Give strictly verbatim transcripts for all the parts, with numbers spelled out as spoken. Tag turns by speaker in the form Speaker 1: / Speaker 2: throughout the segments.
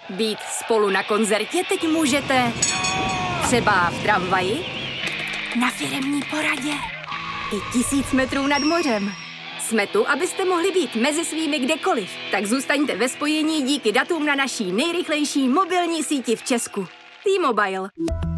Speaker 1: Být spolu na koncertě teď můžete třeba v tramvaji, na firemní poradě i tisíc metrů nad mořem. Jsme tu, abyste mohli být mezi svými kdekoliv. Tak zůstaňte ve spojení díky datům na naší nejrychlejší mobilní síti v Česku. T-Mobile.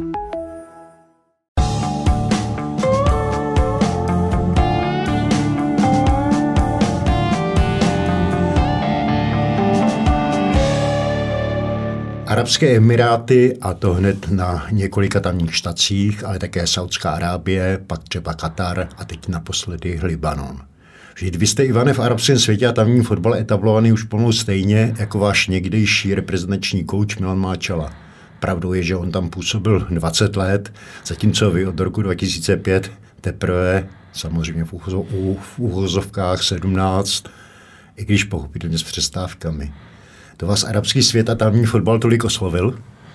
Speaker 2: Arabské Emiráty, a to hned na několika tamních štacích, ale také Saudská Arábie, pak třeba Katar a teď naposledy Libanon. Vždyť vy jste, Ivane, v arabském světě a tamním fotbale etablovaný už pomalu stejně jako váš někdejší reprezentační kouč Milan Máčala. Pravdou je, že on tam působil dvacet let, zatímco vy od roku dva tisíce pět teprve, samozřejmě v, uhozo, v uvozovkách sedmnáct, i když pochopitelně s přestávkami. To vás arabský svět a tamní fotbal tolik oslovil?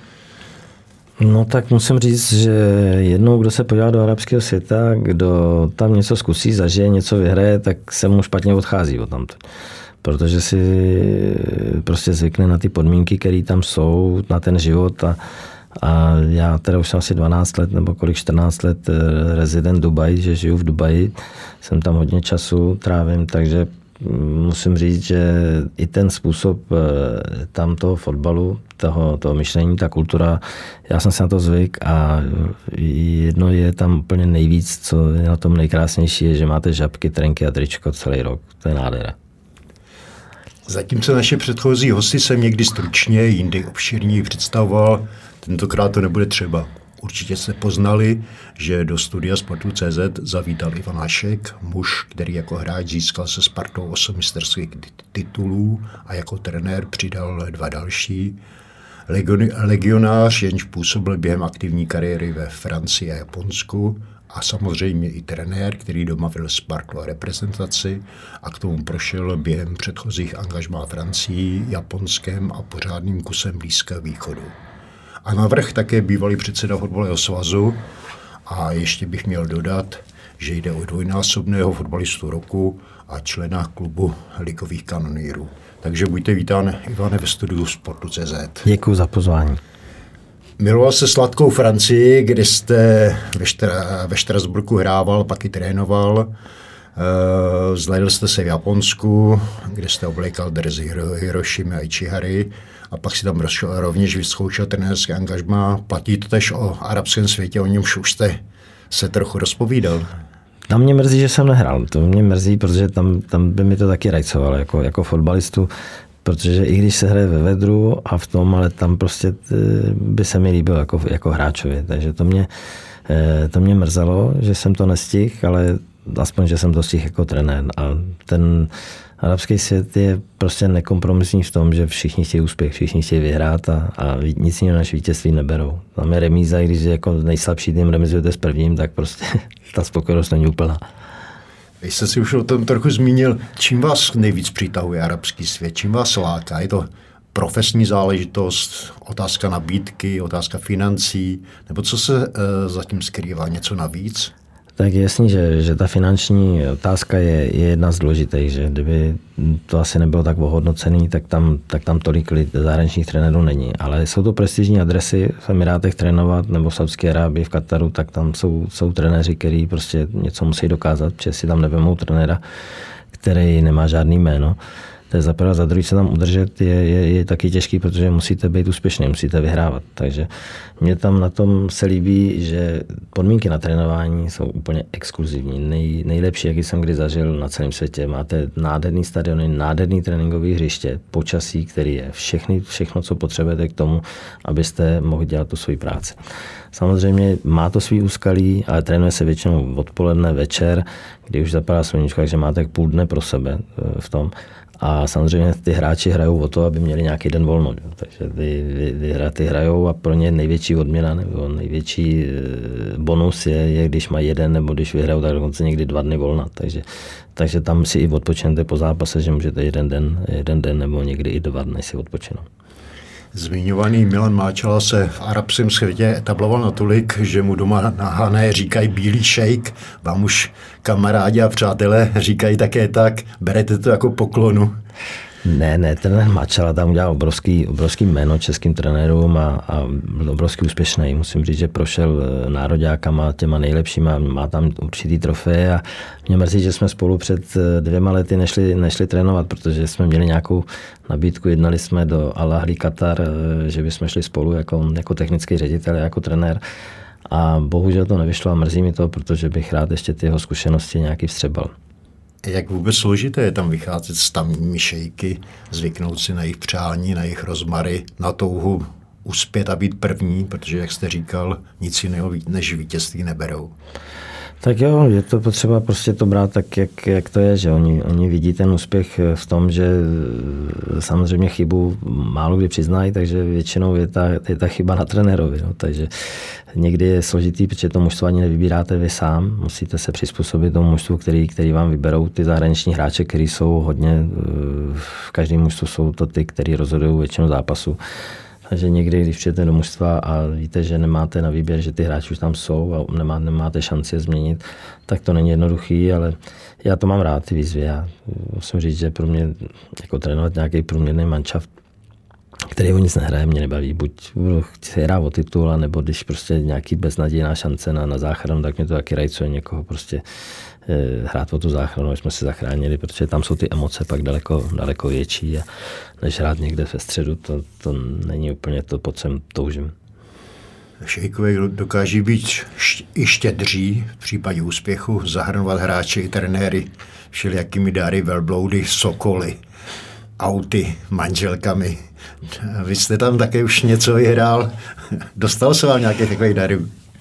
Speaker 3: No tak musím říct, že jednou, kdo se podívá do arabského světa, kdo tam něco zkusí, zažije, něco vyhraje, tak se mu špatně odchází od tamto. Protože si prostě zvykne na ty podmínky, které tam jsou, na ten život a, a já teda už jsem asi dvanáct let nebo kolik čtrnáct let rezident Dubaj, že žiju v Dubaji, jsem tam hodně času trávím, takže musím říct, že i ten způsob tam toho fotbalu, toho, toho myšlení, ta kultura, já jsem se na to zvyk a jedno je tam úplně nejvíc, co je na tom nejkrásnější, je, že máte žabky, trenky a tričko celý rok. To je nádhera.
Speaker 2: Zatímco naše předchozí hosty jsem někdy stručně, jindy obšírněji představoval, tentokrát to nebude třeba. Určitě jste poznali, že do studia Sportu tečka cé zet zavítal Ivan Hašek, muž, který jako hráč získal se Spartou osm mistrovských titulů a jako trenér přidal dva další. Legionář, jenž působil během aktivní kariéry ve Francii a Japonsku a samozřejmě i trenér, který doma vedl Spartu a reprezentaci a k tomu prošel během předchozích angažmá Francii, Japonskem a pořádným kusem Blízkého východu. A navrch také bývalý předseda fotbalového svazu a ještě bych měl dodat, že jde o dvojnásobného fotbalistu roku a člena klubu ligových kanonýrů. Takže buďte vítán, Ivane, ve studiu Sportu tečka cé zet.
Speaker 3: Děkuji za pozvání.
Speaker 2: Miloval se sladkou Francii, kde jste ve, Štr- ve Štrasburku hrával, pak i trénoval. Zhlédl jste se v Japonsku, kde jste oblékal dresy Hirošimy a Ichihary a pak si tam rovněž vyzkoušel trenérské angažmá. Platí to tež o arabském světě, o němž už jste se trochu rozpovídal.
Speaker 3: Tam mě mrzí, že jsem nehrál. To mě mrzí, protože tam, tam by mi to taky rajcovalo jako, jako fotbalistu, protože i když se hraje ve vedru a v tom, ale tam prostě by se mi líbil jako, jako hráčovi. Takže to mě, to mě mrzelo, že jsem to nestihl, ale aspoň, že jsem to stihl jako trenér. A ten arabský svět je prostě nekompromisní v tom, že všichni chtějí úspěch, všichni chtějí vyhrát a, a nic jiného než vítězství neberou. Tam je remíza, i když je jako nejslabší tým remizujete s prvním, tak prostě ta spokojenost není úplná.
Speaker 2: Vy jste si už o tom trochu zmínil, čím vás nejvíc přitahuje arabský svět, čím vás láká? Je to profesní záležitost, otázka nabídky, otázka financí, nebo co se e, zatím skrývá, něco navíc?
Speaker 3: Tak je jasný, že, že ta finanční otázka je, je jedna z důležitých, že kdyby to asi nebylo tak ohodnocený, tak tam, tak tam tolik zahraničních trenérů není. Ale jsou to prestižní adresy v Emirátech trénovat, nebo v Saudské Arábii, v Kataru, tak tam jsou, jsou trenéři, kteří prostě něco musí dokázat, protože si tam nevemou trenéra, který nemá žádný jméno. To je za prvé, za druhý se tam udržet je, je, je taky těžký, protože musíte být úspěšný, musíte vyhrávat. Takže mě tam na tom se líbí, že podmínky na trénování jsou úplně exkluzivní. Nej, nejlepší, jaký jsem kdy zažil na celém světě. Máte nádherný stadiony, nádherný tréninkový hřiště, počasí, který je všechny, všechno, co potřebujete k tomu, abyste mohli dělat tu svoji práci. Samozřejmě má to svý úskalí, ale trénuje se většinou odpoledne, večer, kdy už zapadá sluníčko, takže máte půl dne pro sebe v tom. A samozřejmě ty hráči hrajou o to, aby měli nějaký den volno. Takže ty, ty, ty hrajou a pro ně největší odměna nebo největší bonus je, je, když mají jeden nebo když vyhrajou, tak dokonce někdy dva dny volna. Takže, takže tam si i odpočinete po zápase, že můžete jeden den, jeden den nebo někdy i dva dny si odpočinout.
Speaker 2: Zmiňovaný Milan Máčala se v arabském světě etabloval natolik, že mu doma na Hané říkají bílý šejk, vám už kamarádi a přátelé říkají také tak, berete to jako poklonu.
Speaker 3: Ne, ne, trenér Mačala tam udělal obrovský, obrovský jméno českým trenérům a, a byl obrovský úspěšný. Musím říct, že prošel nároďákama těma nejlepšíma, má tam určitý trofeje a mě mrzí, že jsme spolu před dvěma lety nešli, nešli trénovat, protože jsme měli nějakou nabídku, jednali jsme do Al Ahly Katar, že bychom šli spolu jako, jako technický ředitel, jako trenér. A bohužel to nevyšlo a mrzí mi to, protože bych rád ještě ty jeho zkušenosti nějaký vstřebal.
Speaker 2: Jak vůbec složité je tam vycházet s tamními šejky, zvyknout si na jejich přání, na jejich rozmary, na touhu uspět a být první, protože, jak jste říkal, nic jiného než vítězství neberou.
Speaker 3: Tak jo, je to potřeba prostě to brát tak, jak, jak to je, že oni, oni vidí ten úspěch v tom, že samozřejmě chybu málo kdy přiznají, takže většinou je ta, je ta chyba na trenérovi. No. Takže někdy je složitý, protože to mužstvo ani nevybíráte vy sám, musíte se přizpůsobit tomu mužstvu, který, který vám vyberou ty zahraniční hráče, který jsou hodně, v každém mužstvu jsou to ty, který rozhodují většinu zápasu. Takže někdy, když přijete do mužstva a víte, že nemáte na výběr, že ty hráči už tam jsou a nemá, nemáte šanci je změnit, tak to není jednoduchý, ale já to mám rád, ty výzvy. Já musím říct, že pro mě jako trénovat nějaký průměrný manšaft, který o nic nehraje, mě nebaví. Buď chci hrát o titul, nebo když prostě nějaký beznadějná šance na, na záchranu, tak mě to taky rajcuje někoho prostě eh, hrát o tu záchranu, aby jsme se zachránili, protože tam jsou ty emoce pak daleko, daleko větší a než hrát někde ve středu, to, to není úplně to, po čem toužím.
Speaker 2: Šejkové dokáží být i štědří v případě úspěchu, zahrnovat hráče i trenéry všelijakými dary, velbloudy, sokoly, auty, manželkami. Vy jste tam také už něco vyhrál. Dostal se vám nějaké takové dary?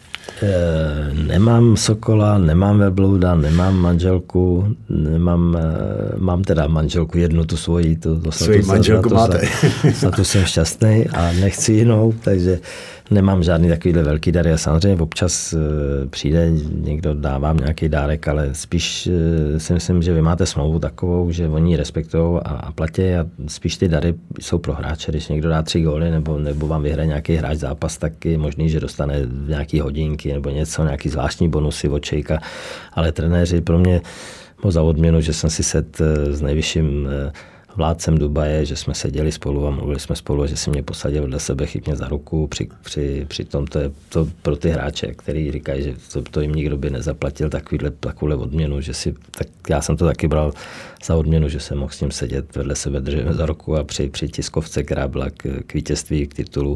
Speaker 3: E, nemám sokola, nemám velblouda, nemám manželku, nemám, e, mám teda manželku jednu, tu svoji. Tu, to
Speaker 2: svoji manželku
Speaker 3: za,
Speaker 2: máte.
Speaker 3: Za, za tu jsem šťastný a nechci jinou, takže nemám žádný takovýhle velký dary a samozřejmě občas e, přijde, někdo dává nějaký dárek, ale spíš e, si myslím, že vy máte smlouvu takovou, že oni ji respektují a, a platí a spíš ty dary jsou pro hráče. Když někdo dá tři góly nebo, nebo vám vyhraje nějaký hráč zápas, tak je možný, že dostane nějaký hodinky nebo něco, nějaký zvláštní bonusy od šejka, ale trenéři pro mě za odměnu, že jsem si set s nejvyšším vládcem Dubaje, že jsme seděli spolu a mluvili jsme spolu a že si mě posadil vedle sebe, chyt mě za ruku. Při, při, při tom to je to pro ty hráče, který říkají, že to, to jim nikdo by nezaplatil takovýhle, takovouhle odměnu, že si, tak já jsem to taky bral za odměnu, že jsem mohl s ním sedět vedle sebe, držet za ruku a při, při tiskovce, která byla k, k vítězství, k titulu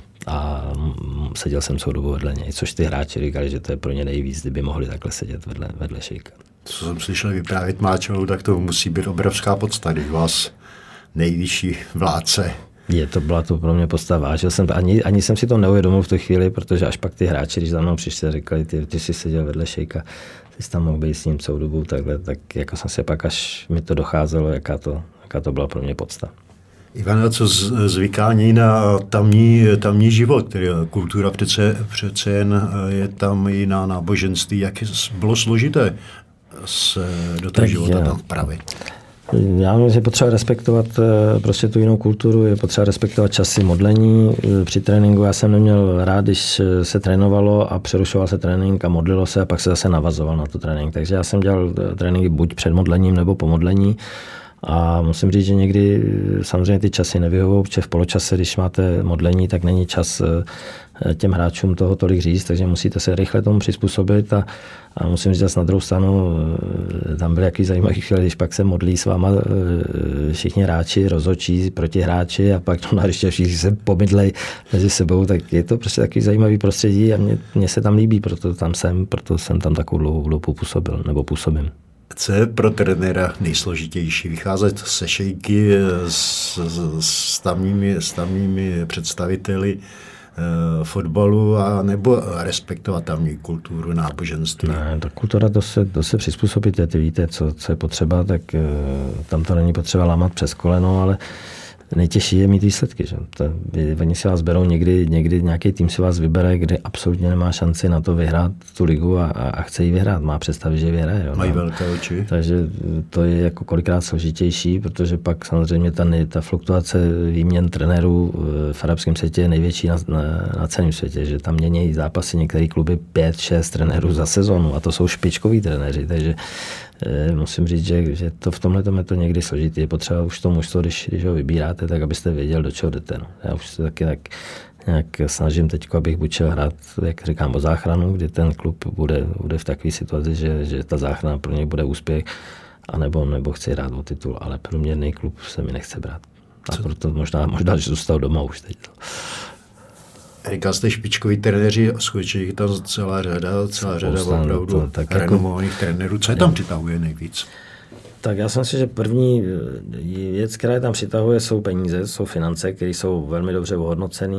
Speaker 3: a seděl jsem celou dobu vedle něj, což ty hráči říkali, že to je pro ně nejvíc, kdyby mohli takhle sedět vedle, vedle šejka.
Speaker 2: Co jsem slyšel vyprávět Máčelu, tak to musí být obrovská podsta, když vás nejvyšší vládce. Je,
Speaker 3: to byla to pro mě podsta, vážil jsem to, ani, ani jsem si to neuvědomil v tu chvíli, protože až pak ty hráči, když za mnou přišli, říkali, ty, ty jsi seděl vedle šejka, ty jsi tam mohl být s ním celou dobu, takhle, tak jako jsem se pak, až mi to docházelo, jaká to, jaká to byla pro mě podsta.
Speaker 2: Ivana, co zvykání na tamní, tamní život, tedy kultura přece, přece jen je tam i na náboženství, jak bylo složité se do toho života tam vpravit?
Speaker 3: Já myslím, že je potřeba respektovat prostě tu jinou kulturu, je potřeba respektovat časy modlení. Při tréninku já jsem neměl rád, když se trénovalo a přerušoval se trénink a modlilo se a pak se zase navazoval na tu trénink. Takže já jsem dělal tréninky buď před modlením nebo po modlení. A musím říct, že někdy samozřejmě ty časy nevyhovují, protože v poločase, když máte modlení, tak není čas těm hráčům toho tolik říct, takže musíte se rychle tomu přizpůsobit a, a musím říct, na druhou stranu tam byly jaký zajímavý chvíle, když pak se modlí s váma všichni hráči, rozhodčí proti hráči a pak to na hřiště všichni se pomydlej mezi sebou, tak je to prostě takový zajímavý prostředí a mě, mě se tam líbí, proto tam jsem, proto jsem tam takovou dlouhou dobu působil, nebo působím.
Speaker 2: Co je pro trenéra nejsložitější? Vycházet se šejky, s, s, tamními, s tamními představiteli e, fotbalu a nebo respektovat tamní kulturu, náboženství?
Speaker 3: Ne, ta kultura, to se, to se přizpůsobíte, ty víte, co, co je potřeba, tak e, tam to není potřeba lámat přes koleno, ale nejtěžší je mít výsledky. Že? To, oni si vás berou někdy, někdy nějaký tým si vás vybere, kde absolutně nemá šanci na to vyhrát tu ligu a, a chce ji vyhrát. Má představit, že vyhraje. Jo?
Speaker 2: Mají velké oči.
Speaker 3: Takže to je jako kolikrát složitější, protože pak samozřejmě ta, ta fluktuace výměn trenérů v arabském světě je největší na, na, na celém světě. Že tam mění zápasy některé kluby pět, šest trenérů za sezonu a to jsou špičkoví trenéři. Takže musím říct, že, že to v tomhle je to někdy složitý. Je potřeba už to mužstvo, když, když ho vybíráte, tak abyste věděl, do čeho jdete. No. Já už se taky tak nějak snažím teď, abych buď šel hrát, jak říkám, o záchranu, kdy ten klub bude, bude v takové situaci, že, že ta záchrana pro něj bude úspěch, anebo, nebo chci hrát o titul, ale průměrný klub se mi nechce brát. A proto možná, možná, že zůstal doma už teď.
Speaker 2: Říkal jste špičkoví trenéři, skutečně je tam celá řada, celá řada
Speaker 3: Spousta,
Speaker 2: opravdu
Speaker 3: to, tak
Speaker 2: renomovaných
Speaker 3: jako,
Speaker 2: trenérů. Co je tam přitahuje nejvíc?
Speaker 3: Tak já si myslím, že první věc, která je tam přitahuje, jsou peníze, jsou finance, které jsou velmi dobře ohodnocené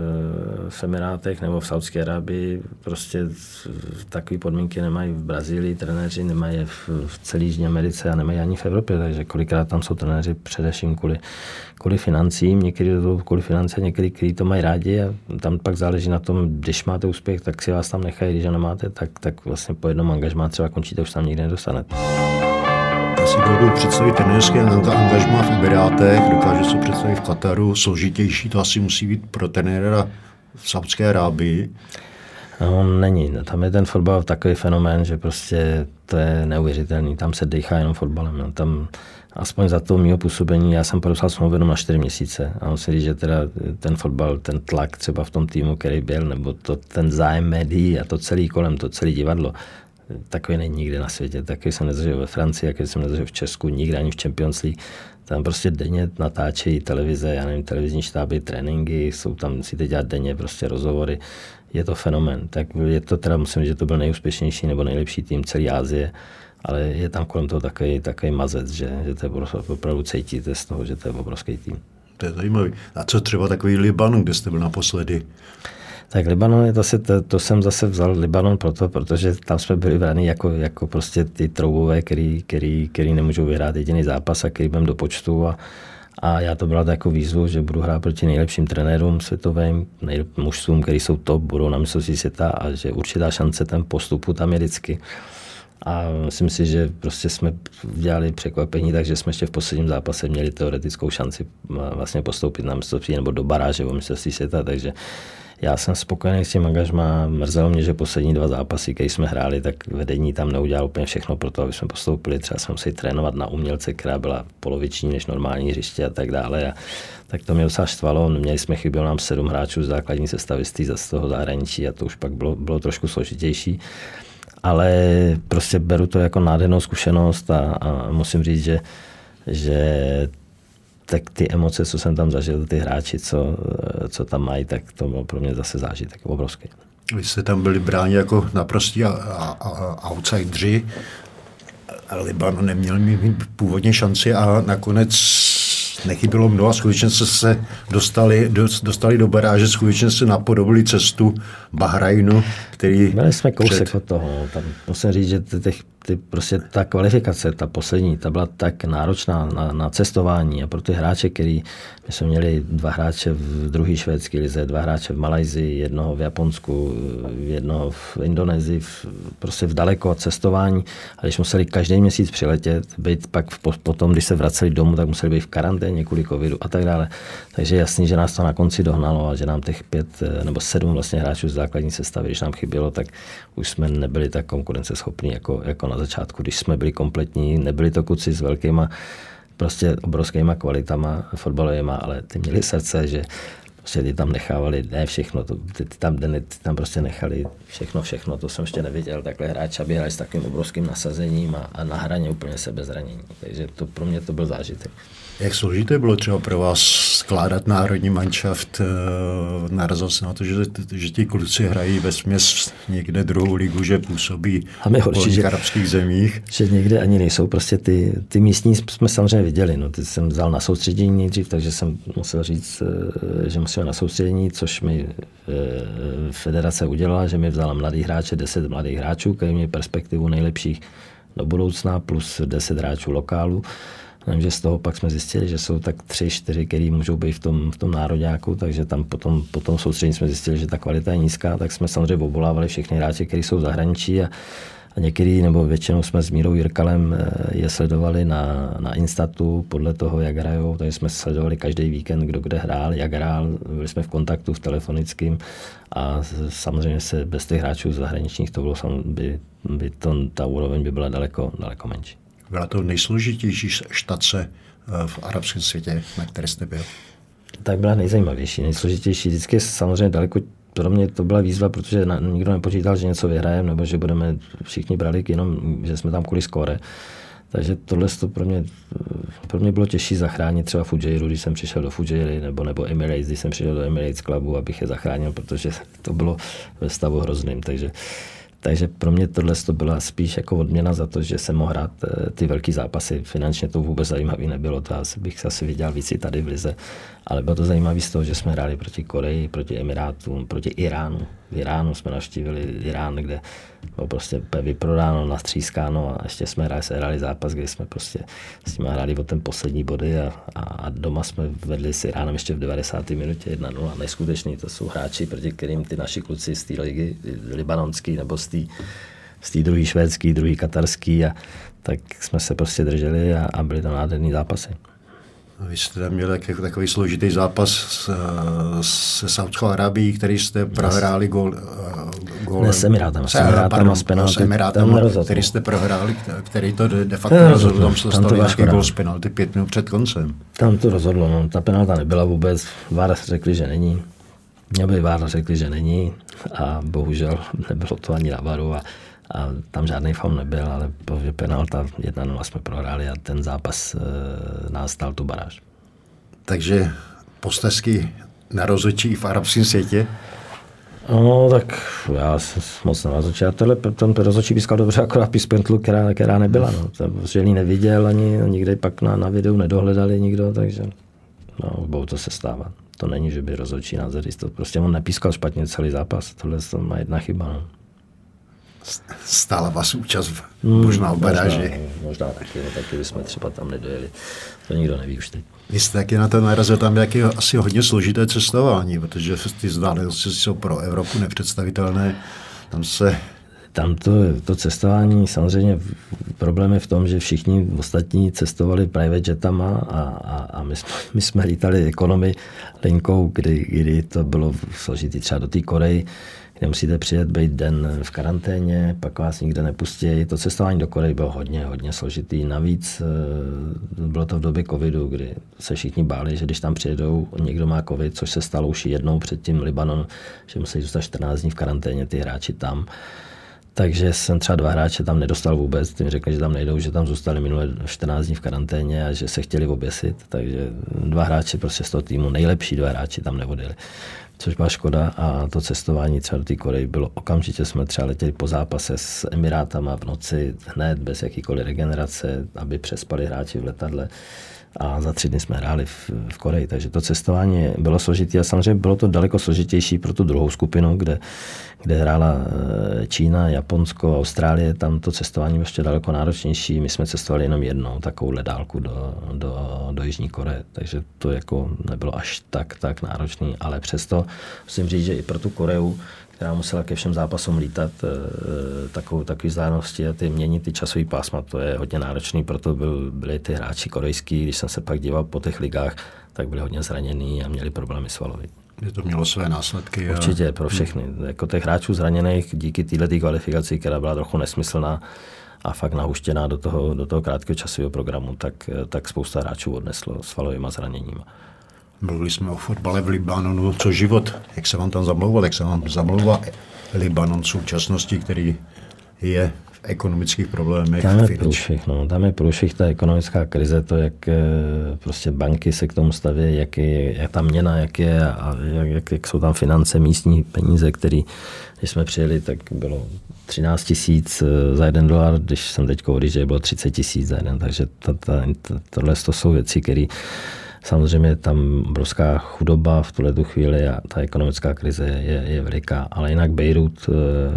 Speaker 3: v Emirátech nebo v Saudské Arábii. Prostě takové podmínky nemají v Brazílii, trenéři nemají v, v celé Jižní Americe a nemají ani v Evropě, takže kolikrát tam jsou trenéři především kvůli, kvůli financím, někdy to kvůli finance, někdy, kteří to mají rádi a tam pak záleží na tom, když máte úspěch, tak si vás tam nechají, když ho nemáte, tak, tak vlastně po jednom angažmá třeba končíte, už tam nikdy nedostanete.
Speaker 2: Já si dovedu představit trenérské angažmá v Emirátech, dokážu si představit v Kataru, složitější to asi musí být pro trenéra v Saudské Arábii.
Speaker 3: No, není. Tam je ten fotbal takový fenomén, že prostě to je neuvěřitelný. Tam se dýchá jenom fotbalem. No. Tam aspoň za to mýho působení, já jsem podepsal smlouvu jenom na čtyři měsíce. A musím říct, že teda ten fotbal, ten tlak třeba v tom týmu, který byl, nebo to, ten zájem médií a to celý kolem, to celé divadlo, takový není nikde na světě. Takový jsem nezažil ve Francii, takový jsem nezažil v Česku, nikde ani v Champions League. Tam prostě denně natáčejí televize, já nevím, televizní štáby, tréninky, jsou tam, musíte dělat denně prostě rozhovory. Je to fenomén. Tak je to teda, musím říct, že to byl nejúspěšnější nebo nejlepší tým celé Asie, ale je tam kolem toho takový, takový mazec, že, že to je opravdu cítíte z toho, že to je obrovský tým.
Speaker 2: To je zajímavý. A co třeba takový Libanon, kde jste byl naposledy?
Speaker 3: Tak Libanon, je to, si, to, to jsem zase vzal Libanon proto, protože tam jsme byli bráni jako, jako prostě ty troubové, který, který, který nemůžou vyhrát jediný zápas a který budeme do počtu a, a já to byla jako výzvu, že budu hrát proti nejlepším trenérům světovým, mužstvům, který jsou top, budou na mistrovství světa a že určitá šance ten postupu tam je vždycky. A myslím si, že prostě jsme dělali překvapení, takže jsme ještě v posledním zápase měli teoretickou šanci vlastně postoupit na mistrovství nebo do baráže o mistrovství světa, takže já jsem spokojený s tím angažmá. Mrzelo mě, že poslední dva zápasy, které jsme hráli, tak vedení tam neudělalo úplně všechno pro to, aby jsme postoupili. Třeba jsme museli trénovat na umělce, která byla poloviční než normální hřiště a tak dále. A tak to mě docela štvalo. Měli jsme, chybělo nám sedm hráčů z základní sestavy z toho zahraničí a to už pak bylo, bylo trošku složitější. Ale prostě beru to jako nádhernou zkušenost a, a musím říct, že, že tak ty emoce, co jsem tam zažil, ty hráči, co, co tam mají, tak to byl pro mě zase zážitek obrovský.
Speaker 2: Vy jste tam byli bráni jako naprostí a, a, a outsideri. Libanon neměl mít původně šanci a nakonec nechybilo mnoho a skutečně se dostali, dostali do baráže, skutečně se napodobili cestu Bahrajnu, který...
Speaker 3: Byli jsme kousek
Speaker 2: před...
Speaker 3: od toho. Tam musím říct, že ty, ty, prostě ta kvalifikace, ta poslední, ta byla tak náročná na, na cestování a pro ty hráče, který my jsme měli dva hráče v druhé švédské lize, dva hráče v Malajsii, jednoho v Japonsku, jednoho v Indonésii, v, prostě v daleko od cestování. A když museli každý měsíc přiletět, být pak v, potom, když se vraceli domů, tak museli být v karanténě kvůli covidu a tak dále. Takže jasný, že nás to na konci dohnalo a že nám těch pět nebo sedm vlastně hráčů z základní sestavy, když nám chybělo, tak už jsme nebyli tak konkurenceschopní jako, jako na začátku, když jsme byli kompletní, nebyli to kluci s velkýma, prostě obrovskýma kvalitama fotbalovýma, ale ty měli srdce, že prostě ty tam nechávali, ne všechno, to, ty, ty, tam, ty tam prostě nechali všechno, všechno, to jsem ještě neviděl, takhle hráč, aby hráli s takovým obrovským nasazením a, a na hraně úplně sebezranění, takže to pro mě to byl zážitek.
Speaker 2: Jak složité bylo třeba pro vás skládat národní manšaft? Narazil se na to, že, že ti kluci hrají vesměs někde druhou ligu, že působí v okolních arabských zemích?
Speaker 3: Že někde ani nejsou. Prostě ty, ty místní jsme samozřejmě viděli. No, ty jsem vzal na soustředění nejdřív, takže jsem musel říct, že musíme na soustředění, což mi federace udělala, že mi vzala mladý hráče, deset mladých hráčů, kteří měli perspektivu nejlepších do budoucna, plus deset hráčů lokálu. Takže z toho pak jsme zjistili, že jsou tak tři, čtyři, který můžou být v tom, v tom nároďáku, takže tam potom, potom soustředění jsme zjistili, že ta kvalita je nízká, tak jsme samozřejmě obvolávali všechny hráče, kteří jsou v zahraničí a, A některý, nebo většinou jsme s Mírou Jirkalem je sledovali na, na Instatu podle toho, jak hrajou. Takže jsme sledovali každý víkend, kdo kde hrál, jak hrál. Byli jsme v kontaktu v telefonickém a samozřejmě se bez těch hráčů zahraničních to bylo, by, by to, ta úroveň by byla daleko, daleko menší.
Speaker 2: Byla to nejsložitější štace v arabském světě, na které jste byl?
Speaker 3: Tak byla nejzajímavější, nejsložitější. Vždycky samozřejmě daleko, pro mě to byla výzva, protože na, nikdo nepočítal, že něco vyhrajeme, nebo že budeme všichni brali jenom, že jsme tam kvůli skóre. Takže tohle to pro mě, pro mě bylo těžší zachránit třeba Fujairu, když jsem přišel do Fujairy, nebo, nebo Emirates, když jsem přišel do Emirates Clubu, abych je zachránil, protože to bylo ve stavu hrozným. Takže Takže pro mě tohle to byla spíš jako odměna za to, že jsem mohl hrát ty velký zápasy. Finančně to vůbec zajímavý nebylo, to asi bych se asi viděl víc i tady v lize. Ale bylo to zajímavé z toho, že jsme hráli proti Koreji, proti Emirátům, proti Iránu. V Iránu jsme navštívili Irán, kde bylo prostě vyprodáno, nastřískáno a ještě jsme hráli, hráli zápas, kde jsme prostě s nimi hráli o ten poslední body a, a doma jsme vedli s Iránem ještě v devadesáté minutě jedna nula. Neskutečný, to jsou hráči, proti kterým ty naši kluci z té ligy libanonský nebo z té z té druhý švédský, druhý katarský a tak jsme se prostě drželi a, a byly to nádherný zápasy.
Speaker 2: Vy jste tam měli takový složitý zápas se Saudskou Arábií, který jste prohráli gól. gól
Speaker 3: ne, s Emirátama. S Emirátama, s penalty.
Speaker 2: S Emirátama, který jste prohráli, který to de facto rozhodl. Tam se dostali nějaký gól z penalty pět minut před koncem.
Speaker 3: Tam to rozhodlo, no. Ta penalta nebyla vůbec. Vára řekli, že není. Nebo Vára řekli, že není a bohužel nebylo to ani na varu a A tam žádný faul nebyl, ale penalta jedna nula jsme prohráli a ten zápas e, nás stal tu baráž.
Speaker 2: Takže postezky na rozhodčí v arabském světě?
Speaker 3: No, tak já jsem moc na rozhodčí. A tohle, ten rozhodčí pískal dobře akorát píspentlu, která, která nebyla. No. Protože ji neviděl ani nikde pak na, na videu nedohledali nikdo, takže no, bohu to se stává. To není, že by rozhodčí názor, to prostě on nepískal špatně celý zápas. Tohle to má jedna chyba. No.
Speaker 2: Stála vás účast možná v baráži.
Speaker 3: Možná, možná taky, no, taky bychom třeba tam nedojeli. To nikdo neví už teď.
Speaker 2: Vy jste taky na to narazil, tam je asi hodně složité cestování, protože ty vzdálenosti jsou pro Evropu nepředstavitelné. Tam se...
Speaker 3: Tam to, to cestování, samozřejmě problém je v tom, že všichni ostatní cestovali private jetama a, a, a my, jsme, my jsme lítali economy linkou, kdy, kdy to bylo složitý třeba do té Koreji, kde musíte přijet, být den v karanténě, pak vás nikde nepustí. To cestování do Koreji bylo hodně, hodně složitý. Navíc bylo to v době covidu, kdy se všichni báli, že když tam přijedou, někdo má covid, což se stalo už jednou předtím Libanon, že musí zůstat čtrnáct dní v karanténě, ty hráči tam. Takže jsem třeba dva hráče tam nedostal vůbec, ty mi řekli, že tam nejdou, že tam zůstali minulé čtrnáct dní v karanténě a že se chtěli oběsit, takže dva hráči prostě z toho týmu, nejlepší dva hráči tam neodjeli. Což byla škoda a to cestování třeba do té Koreji bylo okamžitě, jsme třeba letěli po zápase s Emirátama v noci hned, bez jakýkoliv regenerace, aby přespali hráči v letadle a za tři dny jsme hráli v, v Koreji, takže to cestování bylo složité a samozřejmě bylo to daleko složitější pro tu druhou skupinu, kde, kde hrála Čína, Japonsko, Austrálie, tam to cestování ještě daleko náročnější, my jsme cestovali jenom jednou takovou dálku do, do, do Jižní Koreje, takže to jako nebylo až tak, tak náročný, ale přesto musím říct, že i pro tu Koreu, která musela ke všem zápasům lítat, takovou, takový vzdálenosti a ty měnit ty časový pásma, to je hodně náročný, proto byl, byli ty hráči korejský, když jsem se pak díval po těch ligách, tak byli hodně zranění a měli problémy svalový.
Speaker 2: Je to mělo své následky.
Speaker 3: Určitě, pro všechny. Hmm. Jako těch hráčů zraněných díky této kvalifikaci, která byla trochu nesmyslná a fakt nahuštěná do toho, do toho krátkého časového programu, tak, tak spousta hráčů odneslo svalovýma zraněníma.
Speaker 2: Mluvili jsme o fotbale v Libanonu, co život, jak se vám tam zamlouval, jak se vám zamlouvá Libanon v současnosti, který je v ekonomických problémech.
Speaker 3: Tam je průšvih, no, tam je průšvih, ta ekonomická krize, to, jak prostě banky se k tomu staví, jak je, jak ta měna, jak je a jak, jak jsou tam finance, místní peníze, které, když jsme přijeli, tak bylo třináct tisíc za jeden dolar, když jsem teď odjížděl, bylo třicet tisíc za jeden, takže ta, ta, ta, tohle to jsou věci, které samozřejmě je tam obrovská chudoba v tuhletu chvíli a ta ekonomická krize je, je veliká, ale jinak Bejrút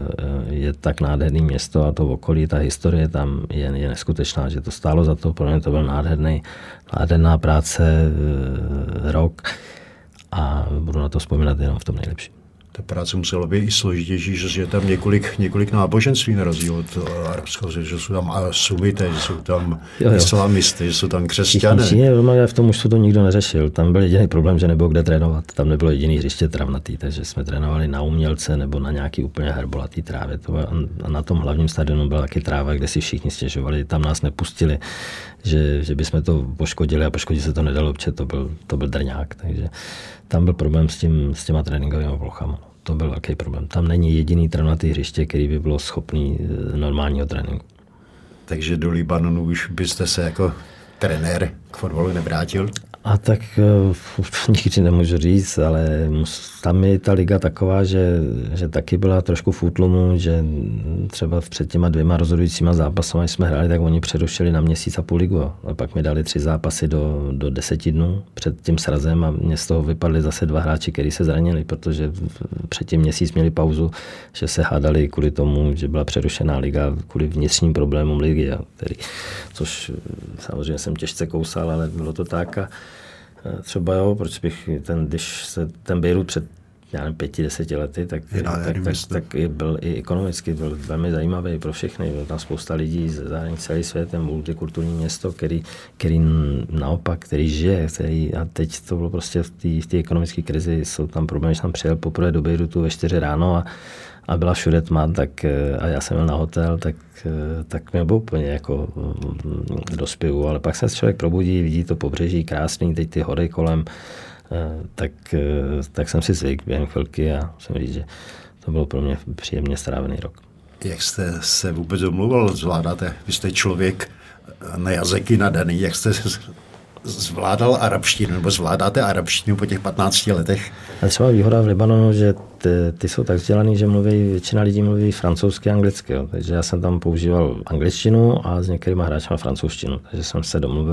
Speaker 3: je tak nádherný město a to okolí, ta historie tam je, je neskutečná, že to stálo za to, pro mě to byl nádherný, nádherná práce, rok a budu na to vzpomínat jenom v tom nejlepším.
Speaker 2: Ta práce musela být i složitější, že je tam několik, několik náboženství na rozdíl od arabského, že jsou tam sunité, že jsou tam jo, jo. islamisty, že jsou tam křesťané.
Speaker 3: V tom už se to nikdo neřešil. Tam byl jediný problém, že nebylo kde trénovat. Tam nebylo jediný hřiště travnatý, takže jsme trénovali na umělce nebo na nějaký úplně herbolatý trávě. To bylo, a na tom hlavním stadionu byla taky tráva, kde si všichni stěžovali. Tam nás nepustili, že, že bychom to poškodili a poškodit se to nedalo, protože to byl, to byl drňák. Takže tam byl problém s, tím, s těma tréninkovými plochama. To byl velký problém. Tam není jediný travnatý hřiště, který by bylo schopný normálního tréninku.
Speaker 2: Takže do Libanonu už byste se jako trenér k fotbalu nevrátil?
Speaker 3: A tak uh, nikdy nemůžu říct, ale tam je ta liga taková, že, že taky byla trošku v útlumu, že třeba před těma dvěma rozhodujícíma zápasy jsme hráli, tak oni přerušili na měsíc a půl ligu. A pak mi dali tři zápasy do, do deseti dnů před tím srazem a mě z toho vypadli zase dva hráči, kteří se zranili, protože předtím měsíc měli pauzu, že se hádali kvůli tomu, že byla přerušená liga kvůli vnitřním problémům ligy, který, což samozřejmě jsem těžce kousal, ale bylo to tak. A třeba jo, proč bych ten, když se ten Bejrút před já nevím, pěti, deseti lety, tak, tak, tak, tak byl i ekonomicky byl velmi zajímavý pro všechny. Byl tam spousta lidí z zahraničí, celý svět, multikulturní město, který, který naopak, který žije, který, a teď to bylo prostě v té ekonomické krizi, jsou tam problémy, že tam přijel poprvé do Bejrutu ve čtyři ráno a a byla všude tma, tak a já jsem byl na hotel, tak, tak mě bylo úplně jako do zpěvu, ale pak se člověk probudí, vidí to pobřeží krásný, teď ty hory kolem, tak, tak jsem si zvyk během chvilky a musím říct, že to bylo pro mě příjemně strávený rok.
Speaker 2: Jak jste se vůbec domluval, zvládáte? Vy jste člověk na jazyky nadaný, jak jste zvládal arabštinu, nebo zvládáte arabštinu po těch patnácti letech?
Speaker 3: A třeba výhoda v Libanonu, že ty, ty jsou tak vzdělaný, že mluví, většina lidí mluví francouzsky a anglicky. Jo. Takže já jsem tam používal angličtinu a s některýma hráčima francouzštinu. Takže jsem se domluvil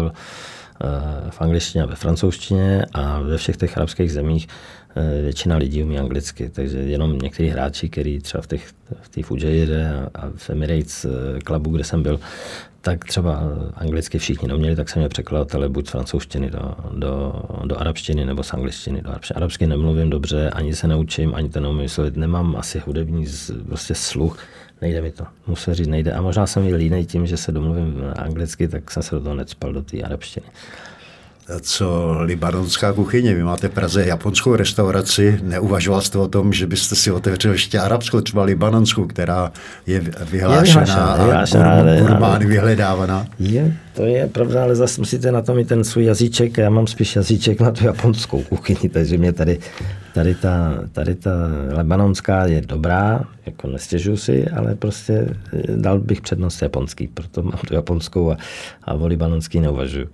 Speaker 3: uh, v angličtině a ve francouzštině a ve všech těch arabských zemích uh, většina lidí umí anglicky. Takže jenom některý hráči, který třeba v té v Fujairah a, a v Emirates uh, klubu, kde jsem byl, tak třeba anglicky všichni neuměli, tak jsem měl překladatele buď z francouzštiny do, do, do arabštiny nebo z angličtiny do arabštiny. Arabsky nemluvím dobře, ani se neučím, ani to neumím vyslovit. Nemám asi hudební prostě sluch, nejde mi to. Musím říct, nejde. A možná jsem i línej tím, že se domluvím anglicky, tak jsem se do toho necpal do té arabštiny.
Speaker 2: Co libanonská kuchyně? Vy máte v Praze japonskou restauraci. Neuvažoval jste o tom, že byste si otevřel ještě arabskou, třeba libanonskou, která je vyhlášená a gurmány vyhledávaná?
Speaker 3: Je, to je pravda, ale zase musíte na to mít ten svůj jazyček. Já mám spíš jazyček na tu japonskou kuchyni, takže mě tady, tady, ta, tady ta libanonská je dobrá, jako nestěžuji si, ale prostě dal bych přednost japonský, proto mám tu japonskou a, a o libanonský neuvažuji.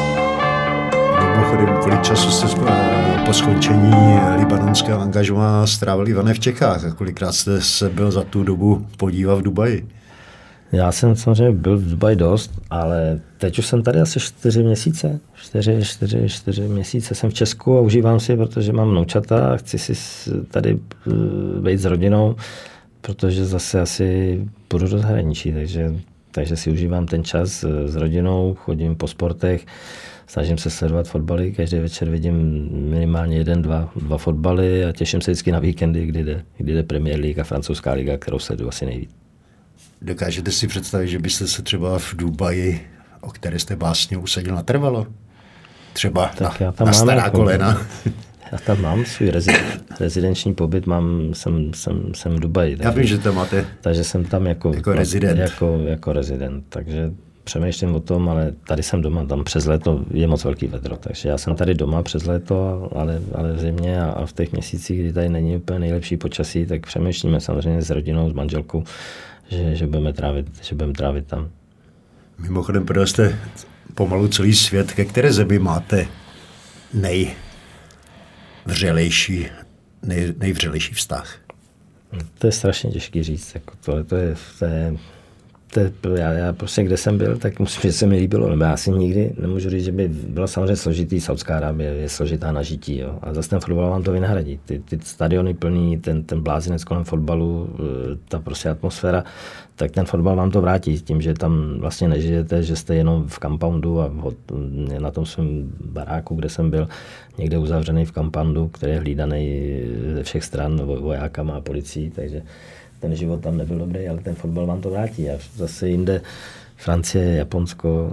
Speaker 2: Mimochodem, kolik času jste po skončení libanonského angažmá strávil, Ivane, v Čechách a kolikrát jste se byl za tu dobu podívat v Dubaji?
Speaker 3: Já jsem samozřejmě byl v Dubaji dost, ale teď už jsem tady asi čtyři měsíce. Čtyři, čtyři, čtyři měsíce jsem v Česku a užívám si, protože mám vnoučata a chci si tady být s rodinou, protože zase asi budu do zahraničí, takže, takže si užívám ten čas s rodinou, chodím po sportech, snažím se sledovat fotbaly, každý večer vidím minimálně jeden, dva, dva fotbaly a těším se vždycky na víkendy, kdy jde, kdy jde Premier League a francouzská liga, kterou sleduju asi nejvíc.
Speaker 2: Dokážete si představit, že byste se třeba v Dubaji, o které jste básně usadil, natrvalo? Třeba tak na, na stará jako, kolena?
Speaker 3: Já tam mám svůj rezid, rezidenční pobyt, mám, jsem, jsem, jsem v Dubaji.
Speaker 2: Já vím, že to máte.
Speaker 3: Takže jsem tam jako,
Speaker 2: jako rezident.
Speaker 3: Jako, jako rezident, takže přemýšlím o tom, ale tady jsem doma, tam přes léto je moc velký vedro, takže já jsem tady doma přes léto, ale, ale v zimě a, a v těch měsících, kdy tady není úplně nejlepší počasí, tak přemýšlíme samozřejmě s rodinou, s manželkou, že, že, budeme trávit, že budeme trávit tam.
Speaker 2: Mimochodem, protože jste pomalu celý svět, ke které zemi máte nejvřelejší, nej, nejvřelejší vztah?
Speaker 3: To je strašně těžký říct, jako tohle to je, to je to je, já, já prostě kde jsem byl, tak musím, že se mi líbilo, nebo já si nikdy nemůžu říct, že by bylo samozřejmě složitý, Saudská Arábie je složitá na žití, jo, a zase ten fotbal vám to vynahradí. Ty, ty stadiony plný, ten, ten blázinec kolem fotbalu, ta prostě atmosféra, tak ten fotbal vám to vrátí tím, že tam vlastně nežijete, že jste jenom v compoundu a na tom svém baráku, kde jsem byl, někde uzavřený v compoundu, který je hlídaný ze všech stran vojákama a policií, takže ten život tam nebyl dobrý, ale ten fotbal vám to vrátí. A zase jinde Francie, Japonsko,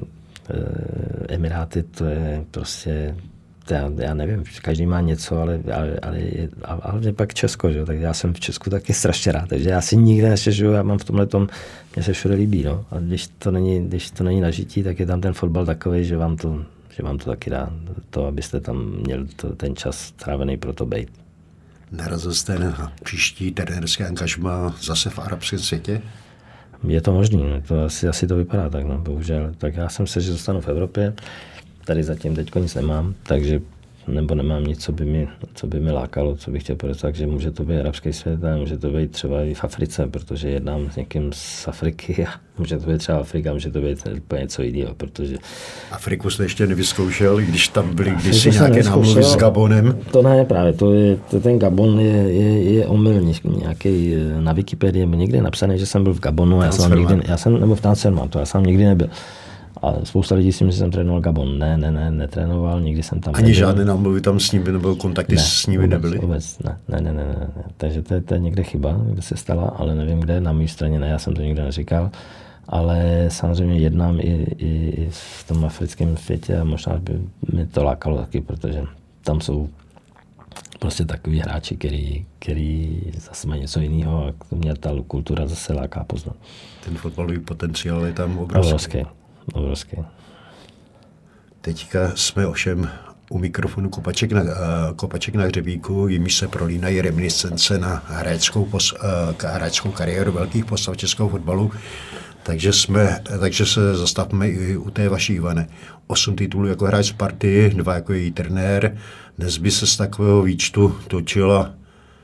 Speaker 3: Emiráty, to je prostě, to já, já nevím, každý má něco, ale, ale, ale, ale, ale pak Česko, že? Tak já jsem v Česku taky strašně rád, takže já si nikde nestěžuju, já mám v tomhletom, mně se všude líbí, no. A když to není, když to není na žití, tak je tam ten fotbal takový, že vám to, že vám to taky dá to, abyste tam měli to, ten čas strávený pro to bejt.
Speaker 2: Narazil jste na příští trenérské angažmá zase v arabském světě?
Speaker 3: Je to možný, to asi, asi to vypadá tak, no, bohužel. Tak já jsem se, že zůstanu v Evropě, tady zatím teďko nic nemám, takže nebo nemám nic, co by mi, co by mi lákalo, co bych chtěl podat, takže může to být arabský svět a může to být třeba i v Africe, protože jednám s někým z Afriky a může to být třeba Afrika, může to být úplně něco jiného, protože...
Speaker 2: Afriku jste ještě nevyzkoušel, když tam byly kdysi nějaké námluvy s Gabonem?
Speaker 3: To ne, právě, to je, to ten Gabon je, je, je omyl nějaký na Wikipedii, někde je napsané, že jsem byl v Gabonu, já jsem, nikdy, já jsem, nebo v Tancerman, to já jsem nikdy nebyl. A spousta lidí si myslí, že jsem trénoval Gabon. Ne, ne, ne, netrénoval, nikdy jsem tam
Speaker 2: Ani nebyl. Žádné námluvy tam s nimi nebo kontakty
Speaker 3: ne,
Speaker 2: s nimi
Speaker 3: vůbec,
Speaker 2: nebyly?
Speaker 3: Vůbec, ne, ne, ne, ne, ne. Takže to je, to je někde chyba, kde se stala, ale nevím kde, na mé straně ne, já jsem to nikdy neříkal. Ale samozřejmě jednám i, i, i v tom africkém světě a možná by mi to lákalo taky, protože tam jsou prostě takový hráči, který, který zase mají něco jiného a mě ta kultura zase láká poznat.
Speaker 2: Ten fotbalový potenciál je tam obrovský.
Speaker 3: Obrovský. Obrovský.
Speaker 2: Teďka jsme ovšem u mikrofonu Kopaček na, Kopaček na hřebíku, jimž se prolínají reminiscence na hráčskou, pos, hráčskou kariéru velkých postav českého fotbalu. Takže, jsme, takže se zastavme i u té vaší, Ivane. Osm titulů jako hráč Sparty, dva jako její trenér. Dnes by se z takového výčtu točila uh,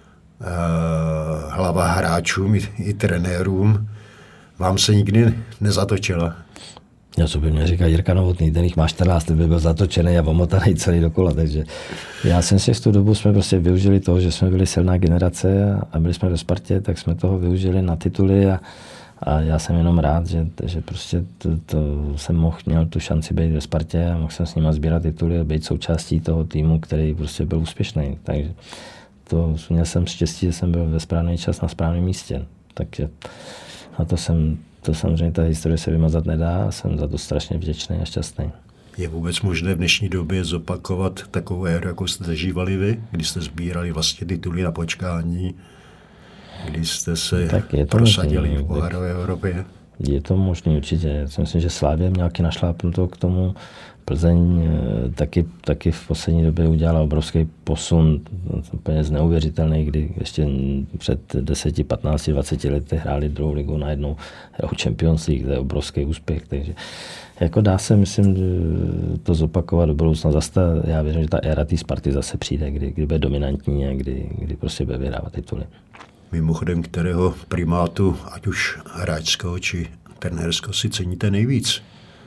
Speaker 2: hlava hráčům i, i trenérům. Vám se nikdy nezatočila?
Speaker 3: Já co by mě říká Jirka Novotný, ten jich má čtrnáct, ten by byl zatočený a omotaný celý dokola, takže já jsem si v tu dobu jsme prostě využili toho, že jsme byli silná generace a byli jsme ve Spartě, tak jsme toho využili na tituly a, a já jsem jenom rád, že, že prostě to, to jsem mohl, měl tu šanci být ve Spartě a mohl jsem s nima sbírat tituly a být součástí toho týmu, který prostě byl úspěšný, takže to měl jsem štěstí, že jsem byl ve správný čas na správném místě, takže na to jsem To samozřejmě ta historie se vymazat nedá a jsem za to strašně vděčný a šťastný.
Speaker 2: Je vůbec možné v dnešní době zopakovat takovou éru, jako jste zažívali vy, kdy jste sbírali vlastně tituly na počkání, kdy jste se prosadili v pohárové Evropě?
Speaker 3: Je to možné určitě. Já si myslím, že Slavia měl taky našlápnuto k tomu. Plzeň taky, taky v poslední době udělala obrovský posun, úplně neuvěřitelný, kdy ještě před deseti, patnácti, dvaceti lety hráli druhou ligu, najednou hrajou Champions League, to je obrovský úspěch, takže jako dá se, myslím, to zopakovat do budoucna. Zase ta, já věřím, že ta éra té Sparty zase přijde, kdy, kdy bude dominantní a kdy, kdy prostě bude vyhrávat tituly.
Speaker 2: Mimochodem, kterého primátu, ať už hráčského či trenérského, si ceníte nejvíc?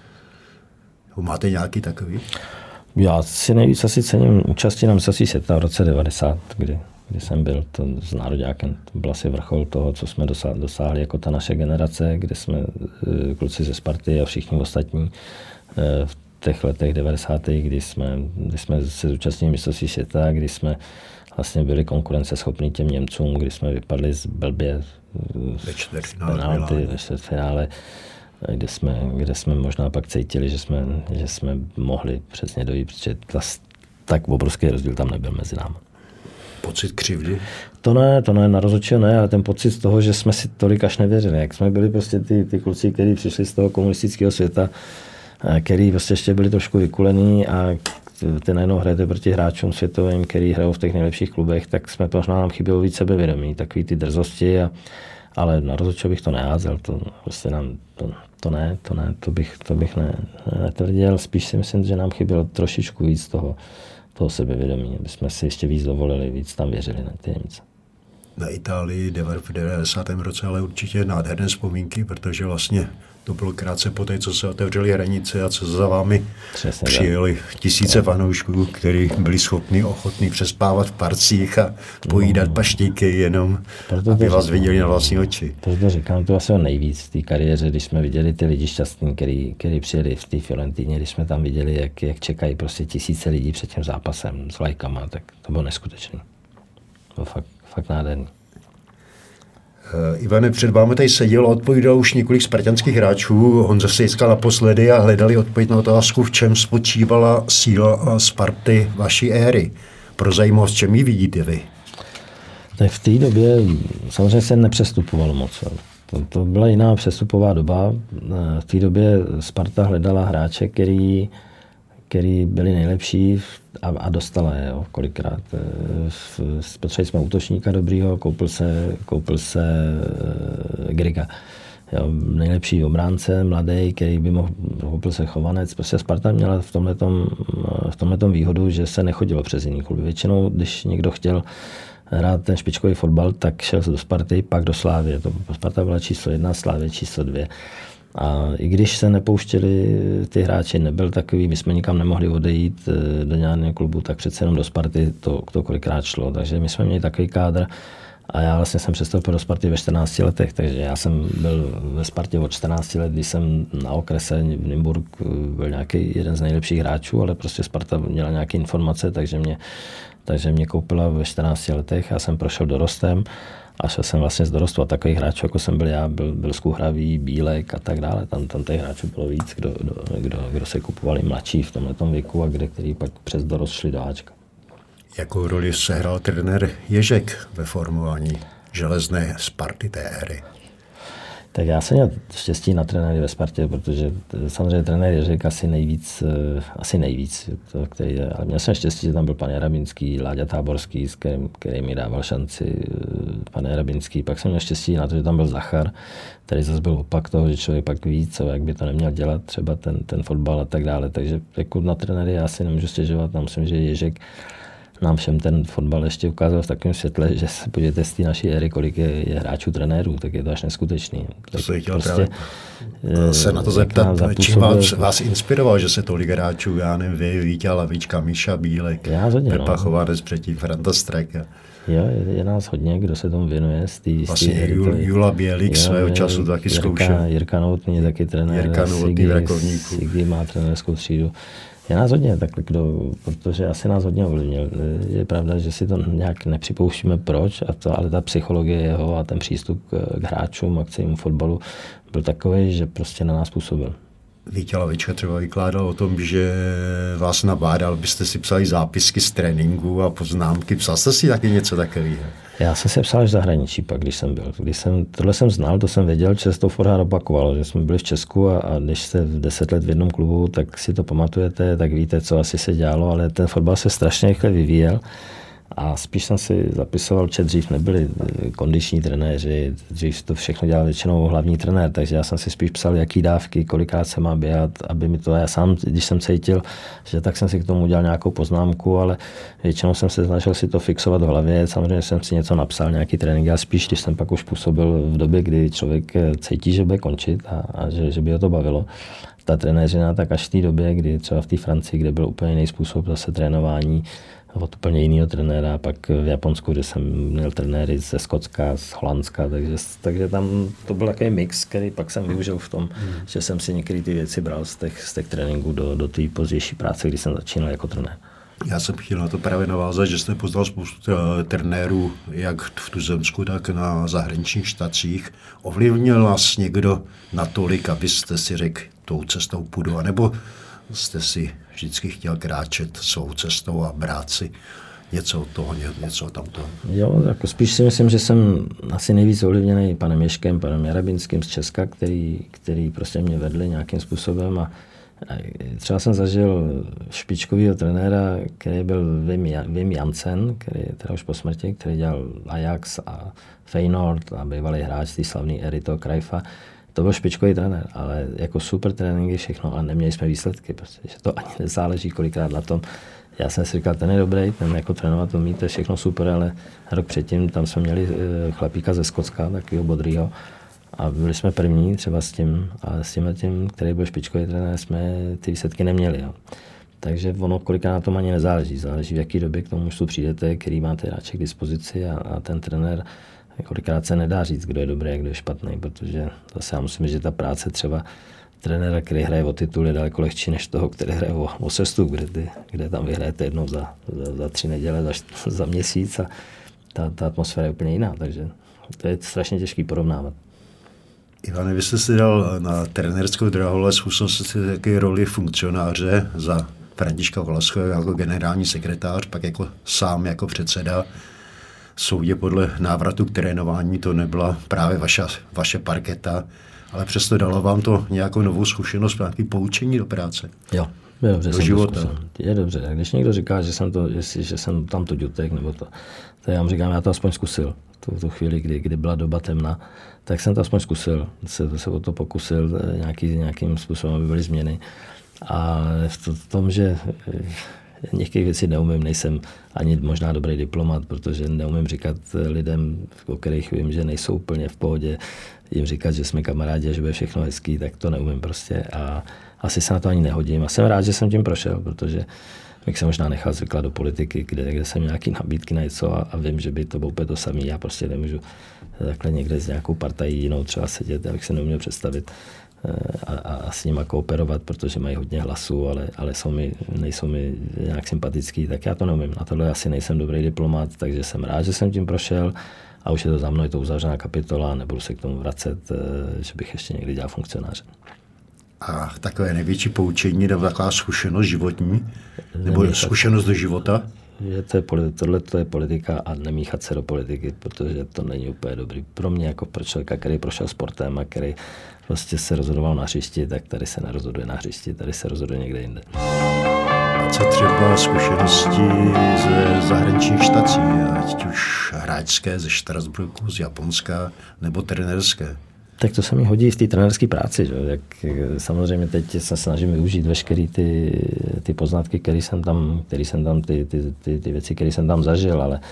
Speaker 2: Máte nějaký takový?
Speaker 3: Já si nejvíc asi cením účastí na mistrovství světa v roce devadesát, kdy, kdy jsem byl to s nároďákem. To byl asi vrchol toho, co jsme dosáhli jako ta naše generace, kde jsme kluci ze Sparty a všichni ostatní v těch letech devadesátých, kdy jsme, kdy jsme se zúčastnili mistrovství světa, kdy jsme vlastně byli konkurenceschopní těm Němcům, kdy jsme vypadli z blbě
Speaker 2: ve
Speaker 3: čtvrtfinále, kde jsme, kde jsme možná pak cítili, že jsme, že jsme mohli přesně dojít, protože ta, tak obrovský rozdíl tam nebyl mezi námi.
Speaker 2: Pocit křivdy?
Speaker 3: To ne, to ne, na rozhodčího ne, ale ten pocit z toho, že jsme si tolik až nevěřili. Jak jsme byli prostě ty, ty kluci, kteří přišli z toho komunistického světa, který prostě ještě byli trošku vykulený a ty najednou hrajete proti hráčům světovým, který hrajou v těch nejlepších klubech, tak jsme možná nám chybělo víc sebevědomí, takový ty drzosti, a, ale na rozhodčího bych to neházel, to prostě nám, to, to ne, to ne, to bych, to bych ne, netvrdil, spíš si myslím, že nám chybělo trošičku víc toho, toho sebevědomí, aby jsme si ještě víc dovolili, víc tam věřili na ty Němce.
Speaker 2: na Itálii v devadesátém roce, ale určitě nádherné vzpomínky, protože vlastně to bylo krátce po té, co se otevřely hranice a co za vámi Přesně, přijeli tak. tisíce fanoušků, kteří byli schopni, ochotní přespávat v parcích a pojídat no. paštíky jenom, Proto aby vás viděli na vlastní oči.
Speaker 3: Proto říkám to asi o nejvíc v té kariéře, když jsme viděli ty lidi šťastní, který, který přijeli v té Fiorentíně, když jsme tam viděli, jak, jak čekají prostě tisíce lidí před tím zápasem s vlajkama, tak to bylo neskutečné. To bylo fakt, fakt nádherný.
Speaker 2: Uh, Ivane, před vámi tady seděl a odpovídal už několik spartanských hráčů. Honza Sejska naposledy a hledali odpověď na otázku, v čem spočívala síla Sparty vaší éry. Pro zajímavost, čem ji vidíte vy?
Speaker 3: Tak v té době samozřejmě se nepřestupovalo moc. To, to byla jiná přestupová doba. V té době Sparta hledala hráče, který, který byli nejlepší a, a dostala je, jo, kolikrát. Potřebovali jsme útočníka dobrýho, koupil se, koupil se uh, Griga. Jo, nejlepší obránce, mladý, který by mohl, koupil se Chovanec. Prostě Sparta měla v tomhletom, v tomhletom výhodu, že se nechodilo přes jiný klub. Většinou, když někdo chtěl hrát ten špičkový fotbal, tak šel se do Sparty, pak do Slávie. To Sparta byla číslo jedna, Slávie číslo dvě. A i když se nepouštěli ty hráči, nebyl takový, my jsme nikam nemohli odejít do nějakého klubu, tak přece jenom do Sparty to, to kolikrát šlo. Takže my jsme měli takový kádr a já vlastně jsem přestoupil do Sparty ve čtrnácti letech, takže já jsem byl ve Spartě od čtrnácti let, když jsem na okrese v Nymburk byl nějaký jeden z nejlepších hráčů, ale prostě Sparta měla nějaké informace, takže mě, takže mě koupila ve čtrnácti letech, já jsem prošel dorostem. A šel jsem vlastně z dorostu a takových hráčů, jako jsem byl já, byl, byl Skůhravý, Bílek a tak dále. Tam, tam těch hráčů bylo víc, kdo, kdo, kdo, kdo se kupovali mladší v tomhletom věku a kde, který pak přes dorost šli do Ačka.
Speaker 2: Jakou roli sehrál trenér Ježek ve formování železné Sparty té éry?
Speaker 3: Tak já jsem měl štěstí na trenéry ve Spartě, protože samozřejmě trenér Ježek asi nejvíc, asi nejvíc, to, který, ale měl jsem štěstí, že tam byl pan Jarabinský, Láďa Táborský, který, který mi dával šanci, pan Jarabinský. Pak jsem měl štěstí na to, že tam byl Zachar, který zase byl opak toho, že člověk pak ví, co, jak by to neměl dělat, třeba ten, ten fotbal a tak dále. Takže jako na trenéry já si nemůžu stěžovat, tam myslím, že Ježek nám všem ten fotbal ještě ukázal v takovém světle, že se podívejte z té naší éry, kolik je, je hráčů, trenérů, tak je to až neskutečný.
Speaker 2: To se chtěl prostě, právě se na to zeptat, čím vás, vás inspiroval, že se tolik hráčů, já nevím, vy, Vítě Lavička, Míša Bílek, Pepa Chovanec předtím, Franta Streka.
Speaker 3: Jo, je, je nás hodně, kdo se tomu věnuje. Z tý,
Speaker 2: vlastně z tý, Jul, Jula Bělík jo, svého času taky
Speaker 3: Jirka,
Speaker 2: zkoušel.
Speaker 3: Jirka Novotný je taky trenér,
Speaker 2: Jirka Novotný v Rakovníku.
Speaker 3: Siggy má trenérskou třídu. Je nás hodně, tak kdo, protože asi nás hodně ovlivnil. Je pravda, že si to nějak nepřipouštíme proč, a to, ale ta psychologie jeho a ten přístup k, k hráčům a k celému fotbalu byl takový, že prostě na nás působil.
Speaker 2: Vítě Lavička třeba vykládal o tom, že vás nabádal, byste si psali zápisky z tréninku a poznámky. Psal jste si taky něco takového?
Speaker 3: Já jsem si psal až v zahraničí pak, když jsem byl. Když jsem, tohle jsem znal, to jsem věděl, že se to furt opakovalo, že jsme byli v Česku a, a když jste v deset let v jednom klubu, tak si to pamatujete, tak víte, co asi se dělalo, ale ten fotbal se strašně rychle vyvíjel. A spíš jsem si zapisoval, že dřív nebyli kondiční trenéři, dřív to všechno dělal většinou hlavní trenér, takže já jsem si spíš psal, jaký dávky, kolikrát se má běhat, aby mi to, já sám, když jsem cítil, že tak jsem si k tomu udělal nějakou poznámku, ale většinou jsem se snažil si to fixovat v hlavě, samozřejmě jsem si něco napsal, nějaký trénink, a spíš, když jsem pak už působil v době, kdy člověk cítí, že bude končit a, a že, že by ho to bavilo. Ta trenéřina, tak až v té době, kdy třeba v té Francii, kde byl úplně jiný způsob zase trénování, od úplně jiného trenéra, pak v Japonsku, kde jsem měl trenéry ze Skotska, z Holandska, takže, takže tam to byl takový mix, který pak jsem využil v tom, hmm. že jsem si některé ty věci bral z těch, z těch tréninků do, do té pozdější práce, kdy jsem začínal jako trenér.
Speaker 2: Já jsem chtěl na to právě navázat, že jste poznal spoustu trenérů, jak v tuzemsku, tak na zahraničních štacích. Ovlivnil vás někdo natolik, abyste si řekl, tou cestou půjdu, anebo jste si vždycky chtěl kráčet svou cestou a brát si něco od toho, něco tam toho.
Speaker 3: Jo, jako spíš si myslím, že jsem asi nejvíc ovlivněný panem Ježkem, panem Jarabinským z Česka, který, který prostě mě vedli nějakým způsobem a, a třeba jsem zažil špičkovýho trenéra, který byl Wim, Wim Jansen, který je teda už po smrti, který dělal Ajax a Feyenoord a bývalý hráč té slavné éry toho Cruyffa. To byl špičkový trenér, ale jako super tréninky všechno a neměli jsme výsledky, protože to ani nezáleží kolikrát na tom, já jsem si říkal, ten je dobrý, ten jako trénovat umí, to je všechno super, ale rok předtím tam jsme měli chlapíka ze Skotska, takového bodrýho, a byli jsme první třeba s tím, a s tím, tím který byl špičkový trenér, jsme ty výsledky neměli. Jo. Takže ono kolikrát na tom ani nezáleží. Záleží, v jaký době k tomu mužstvu přijdete, který máte hráče k dispozici a, a ten trenér kolikrát se nedá říct, kdo je dobrý a kdo je špatný, protože zase já musím říct, že ta práce třeba trenéra, který hraje o titul, je daleko lehčí než toho, který hraje o, o sestup, kde, ty, kde tam vyhrajete jednou za, za, za tři neděle, za, za měsíc a ta, ta atmosféra je úplně jiná, takže to je strašně těžký porovnávat.
Speaker 2: Ivane, vy jste si dal na trenérskou dráhu, ale zkusil jste si taky roli funkcionáře za Františka Valaského jako generální sekretář, pak jako sám jako předseda. Soudě podle návratu k trénování to nebyla právě vaša, vaše parketa, ale přesto dalo vám to nějakou novou zkušenost, nějaké poučení do práce.
Speaker 3: Jo, je dobře,
Speaker 2: do života.
Speaker 3: Je dobře. Když někdo říká, že jsem, to, jestli, že jsem tam to ďutek, nebo to, to já mu říkám, já to aspoň zkusil. Tu, tu chvíli, kdy, kdy byla doba temna, tak jsem to aspoň zkusil. Se, se o to pokusil nějaký, nějakým způsobem, aby byly změny. A v, to, v tom, že některé věci neumím, nejsem ani možná dobrý diplomat, protože neumím říkat lidem, o kterých vím, že nejsou úplně v pohodě, jim říkat, že jsme kamarádi a že bude všechno hezký, tak to neumím prostě a asi se na to ani nehodím. A jsem rád, že jsem tím prošel, protože bych se možná nechal zvyklat do politiky, kde, kde jsem nějaký nabídky na něco a, a vím, že by to bylo úplně to samé. Já prostě nemůžu takhle někde s nějakou partají jinou třeba sedět, abych se neuměl představit a, a, a s nima kooperovat, protože mají hodně hlasů, ale, ale jsou mi, nejsou mi nějak sympatický, tak já to neumím. Na tohle asi nejsem dobrý diplomat, takže jsem rád, že jsem tím prošel a už je to za mnou, je to uzavřená kapitola, nebudu se k tomu vracet, že bych ještě někdy dělal funkcionáře.
Speaker 2: A takové největší poučení, nebo taková zkušenost životní, nebo Nemíchat. Zkušenost do života?
Speaker 3: Je to je, tohle to je politika a nemíchat se do politiky, protože to není úplně dobrý. Pro mě jako pro člověka, který prošel sportem a který vlastně se rozhodoval na hřišti, tak tady se nerozhoduje na hřišti, tady se rozhoduje někde jinde.
Speaker 2: A co třeba zkušenosti ze zahraničních štací, ať už hráčské ze Štrasburku, z Japonska, nebo trenérské?
Speaker 3: Tak to se mi hodí v té trenérské práci. Že? Jak, samozřejmě teď se snažím využít veškeré ty, ty poznatky, které jsem tam, který jsem tam ty, ty, ty, ty věci, které jsem tam zažil, ale,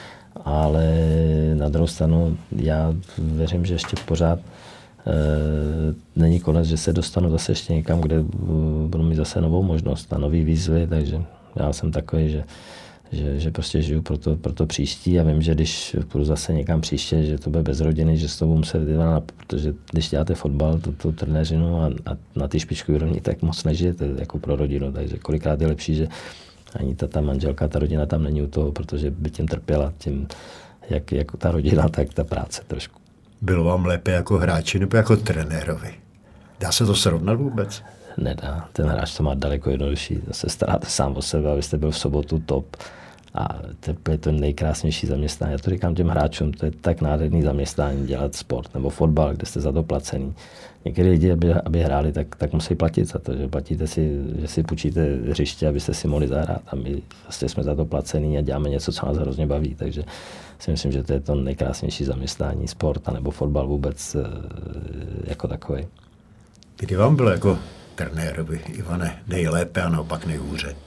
Speaker 3: ale na druhou stranu já věřím, že ještě pořád e, není konec, že se dostanu zase ještě někam, kde budu mít zase novou možnost a nový výzvy, takže já jsem takový, že Že, že prostě žiju pro to, pro to příští a vím, že když půjdu zase někam příště, že to bude bez rodiny, že s toho muset vydělat, protože když děláte fotbal, tu, tu trenéřinu a, a na ty špičkové úrovni, tak moc nežijete jako pro rodinu, takže kolikrát je lepší, že ani ta, ta manželka, ta rodina tam není u toho, protože by tím trpěla, tím, jak, jak ta rodina, tak ta práce trošku.
Speaker 2: Bylo vám lépe jako hráči nebo jako trenérovi? Dá se to srovnat vůbec?
Speaker 3: Nedá. Ten hráč to má daleko jednodušší. Se staráte sám o sebe, abyste byl v sobotu top. A to je to nejkrásnější zaměstnání. Já to říkám těm hráčům, to je tak nádherný zaměstnání dělat sport nebo fotbal, kde jste za to placený. Některé lidi, aby, aby hráli, tak, tak musí platit za to, že platíte si, že si půjčíte hřiště, abyste si mohli zahrát. A my vlastně jsme za to placený a děláme něco, co nás hrozně baví. Takže si myslím, že to je to nejkrásnější zaměstnání, sport nebo fotbal vůbec jako takový.
Speaker 2: Kdy vám bylo jako trenérovi, Ivane, nejlépe a naopak nejhůře?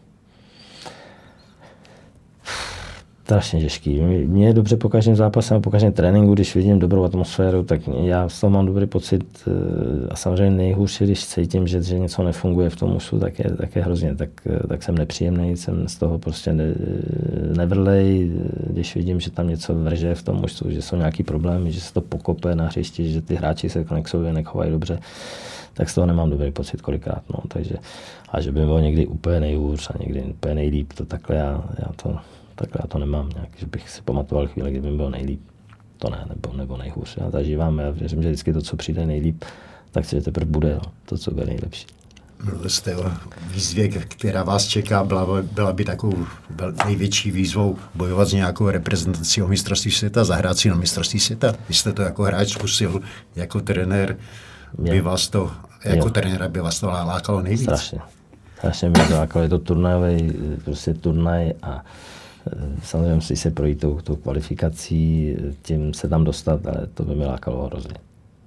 Speaker 3: Strašně těžký. Mně je dobře po každém zápase a po každém tréninku, když vidím dobrou atmosféru, tak já z toho mám dobrý pocit a samozřejmě nejhůř, když cítím, že, že něco nefunguje v tom mužstvu, tak je, tak je hrozně, tak, tak jsem nepříjemný, jsem z toho prostě ne, nevrlej, když vidím, že tam něco vrže v tom mužstvu, že jsou nějaký problémy, že se to pokope na hřišti, že ty hráči se k sobě nechovají dobře, tak z toho nemám dobrý pocit kolikrát. No. Takže, a že by bylo někdy úplně nejhůř a někdy úplně nejlíp, to takhle já, já to... Takhle já to nemám nějak, že bych si pamatoval chvíli, kdy by bylo nejlíp. To ne, nebo, nebo nejhůř. Já zažívám, já věřím, že vždycky to, co přijde nejlíp, tak si teprve bude no, to, co bude nejlepší.
Speaker 2: Mluvili jste o výzvě, která vás čeká, byla, byla by takovou největší výzvou bojovat s nějakou reprezentací o mistrovství světa, zahrát si na mistrovství světa. Vy jste to jako hráč zkusil, jako trenér, by jo. vás to, jako jo. trenéra by vás to lákalo nejvíc.
Speaker 3: Strašně. Strašně mě to lákalo. Je to turnajový, prostě turnaj a samozřejmě musí se projít tou, tou kvalifikací, tím se tam dostat, ale to by mi lákalo hrozně.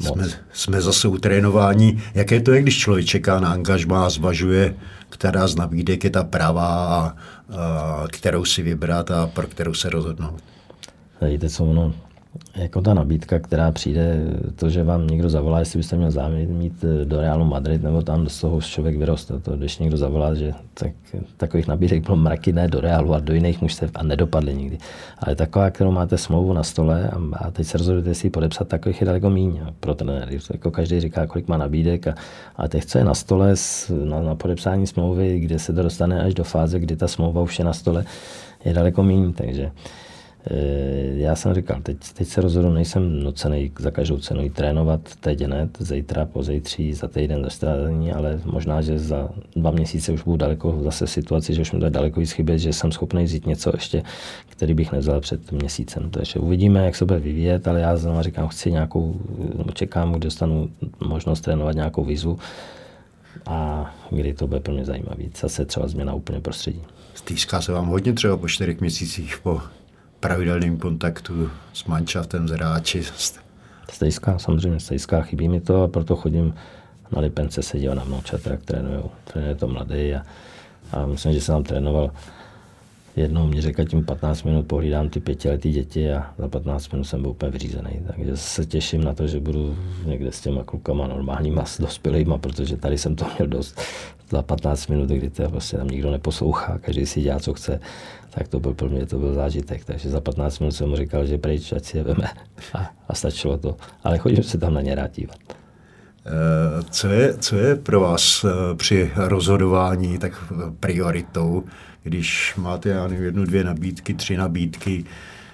Speaker 2: Jsme, jsme zase u trénování. Jaké to je, když člověk čeká na angažmá a zvažuje, která z nabídek je ta pravá, a, a kterou si vybrat a pro kterou se rozhodnout?
Speaker 3: Víte co, ono, jako ta nabídka, která přijde, to, že vám někdo zavolá, jestli byste měl záměr mít do Realu Madrid, nebo tam z toho člověk vyroste. To, když někdo zavolá, že tak, takových nabídek bylo mraky, ne do Realu a do jiných mužstev a nedopadly nikdy. Ale taková, kterou máte smlouvu na stole a, a teď se rozhodujete, jestli ji podepsat, takových je daleko míň pro trenéry. Jako každý říká, kolik má nabídek, a, a teď, co je na stole na, na podepsání smlouvy, kde se to dostane až do fáze, kdy ta smlouva už je na stole, je daleko míň, takže já jsem říkal, teď, teď se rozhodnu, nejsem nucený za každou cenu jít trénovat teď hned, zítra, pozítří, za týden zastrádání, ale možná, že za dva měsíce už budu daleko zase v situaci, že už mi to je daleko víc chybět, že jsem schopný vzít něco ještě, který bych nevzal před měsícem. Takže uvidíme, jak se bude vyvíjet, ale já znovu říkám, chci nějakou, čekám, kdy dostanu možnost trénovat nějakou výzvu a kdy to bude pro mě zajímavé. Zase třeba změna úplně prostředí.
Speaker 2: Stýská se vám hodně třeba po čtyřech měsících po pravidelným kontaktu s manšaftem, s hráči?
Speaker 3: Stejská, samozřejmě stejská, chybí mi to a proto chodím na Lipence se dívat na vnoučata, jak trénujou. Trénuje to mladý a, a myslím, že jsem tam trénoval. Jednou mě řekl, tím patnáct minut pohlídám ty pětiletý děti a za patnáct minut jsem byl úplně vyřízený. Takže se těším na to, že budu někde s těma klukama normálníma, s dospělýma, protože tady jsem to měl dost za patnáct minut, kdy to prostě tam nikdo neposlouchá, každý si dělá, co chce. Tak to byl pro mě to byl zážitek. Takže za patnáct minut jsem mu říkal, že pryč, ať si je veme. A, a stačilo to. Ale chodím se tam na ně rád dívat.
Speaker 2: Co je, co je pro vás při rozhodování tak prioritou, když máte já nevím, jednu, dvě nabídky, tři nabídky,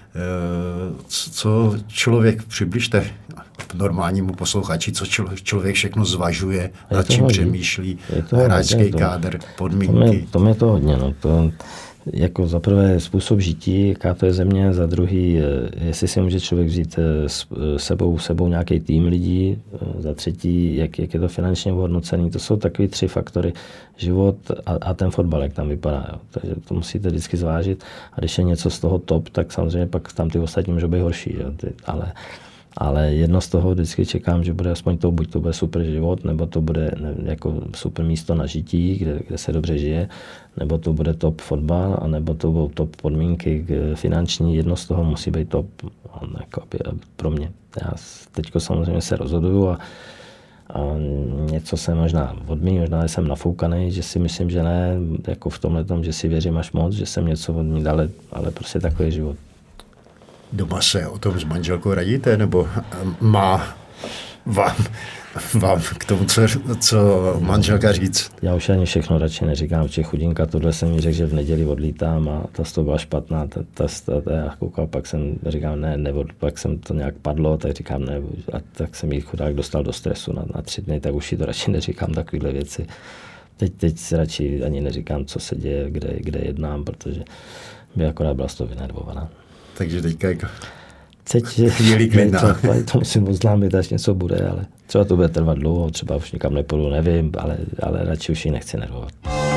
Speaker 2: co člověk, přibližte normálnímu posluchači, co člověk všechno zvažuje, nad čím hodně. Přemýšlí, hráčský kádr, podmínky.
Speaker 3: To mě to hodně, no, to jako za prvé způsob žití, jaká to je země, za druhý, jestli si může člověk vzít s sebou, sebou nějaký tým lidí, za třetí, jak, jak je to finančně hodnocený. To jsou takový tři faktory, život a, a ten fotbal, jak tam vypadá. Jo. Takže to musíte vždycky zvážit a když je něco z toho top, tak samozřejmě pak tam ty ostatní můžou být horší. Jo. Ty, ale Ale jedno z toho vždycky čekám, že bude aspoň to, buď to bude super život, nebo to bude ne, jako super místo na žití, kde, kde se dobře žije, nebo to bude top fotbal, nebo to budou top podmínky finanční. Jedno z toho musí být top jako pro mě. Já teďko samozřejmě se rozhoduju a, a něco jsem možná odmí, možná jsem nafoukaný, že si myslím, že ne, jako v tomhle tom, že si věřím až moc, že jsem něco odmí, ale, ale prostě takový život.
Speaker 2: Doma se o tom s manželkou radíte, nebo má vám, vám k tomu, co, co manželka říct?
Speaker 3: Já už ani všechno radši neříkám, že chudinka, tohle jsem mi řekl, že v neděli odlítám a ta to byla špatná, ta, ta, ta, ta, já koukal, pak jsem říkal ne, nebo pak jsem to nějak padlo, tak říkám ne, a tak jsem jí chudák dostal do stresu na, na tři dny, tak už jí to radši neříkám, takovéhle věci. Teď, teď si radši ani neříkám, co se děje, kde, kde jednám, protože by akorát byla z toho vynervovaná.
Speaker 2: Takže teďka jako
Speaker 3: Teď
Speaker 2: chvíli klidná.
Speaker 3: To, to musím oznámit, až něco bude, ale třeba to bude trvat dlouho, třeba už nikam nepůjdu, nevím, ale, ale radši už ji nechci nervovat.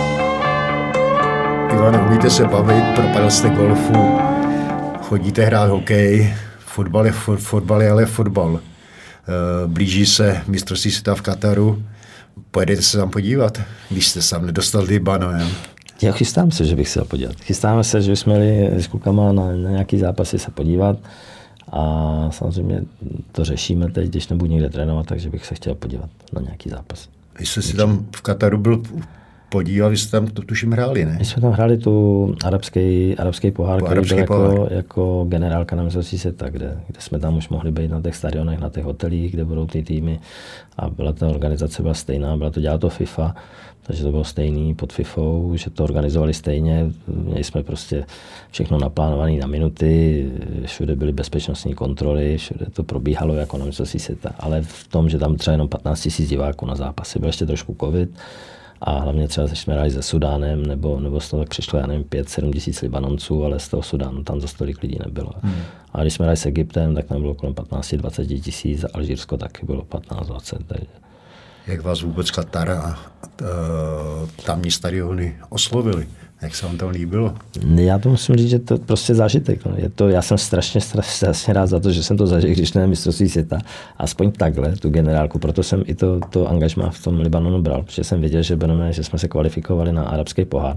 Speaker 2: Ivan, umíte se bavit, propadl jste golfu, chodíte hrát hokej, fotbal je, fotbal je ale fotbal. Blíží se mistrovství světa v Kataru, pojedete se tam podívat, když jste sám nedostal Libanonem.
Speaker 3: Já chystám se, že bych se chtěl podívat. Chystáme se, že jsme měli s klukama na, na nějaký zápasy se podívat a samozřejmě to řešíme teď, když nebudu někde trénovat, takže bych se chtěl podívat na nějaký zápas.
Speaker 2: Vy jste si tam v Kataru byl podíval, vy jste tam to tuším hráli, ne?
Speaker 3: My jsme tam hráli tu arabský, arabský pohár, který byl jako, jako generálka na mistrovství světa, kde, kde jsme tam už mohli být na těch stadionech, na těch hotelích, kde budou ty týmy a byla ta organizace byla stejná, byla to dělala to FIFA, takže to bylo stejný pod FIFou, že to organizovali stejně, měli jsme prostě všechno naplánované na minuty, všude byly bezpečnostní kontroly, všude to probíhalo jako na mistrovství světa, ale v tom, že tam třeba jenom patnáct tisíc diváků na zápasy, byl ještě trošku covid, a hlavně třeba jsme hráli se Sudánem, nebo, nebo z toho tak přišlo, já nevím, pět sedm tisíc Libanonců, ale z toho Sudánu tam za stolik lidí nebylo. Hmm. A když jsme hráli s Egyptem, tak tam bylo kolem patnáct dvacet tisíc, a Alžírsko taky bylo patnáct dvacet. Takže.
Speaker 2: Jak vás vůbec Katar a tamní stadiony oslovili? Jak se vám to líbilo?
Speaker 3: Já to musím říct, že to prostě zážitek. No. Je to, já jsem strašně, strašně rád za to, že jsem to zažil, když ne mistrovství světa. Aspoň takhle, tu generálku. Proto jsem i to, to angažmá v tom Libanonu bral, protože jsem věděl, že, budeme, že jsme se kvalifikovali na arabský pohár.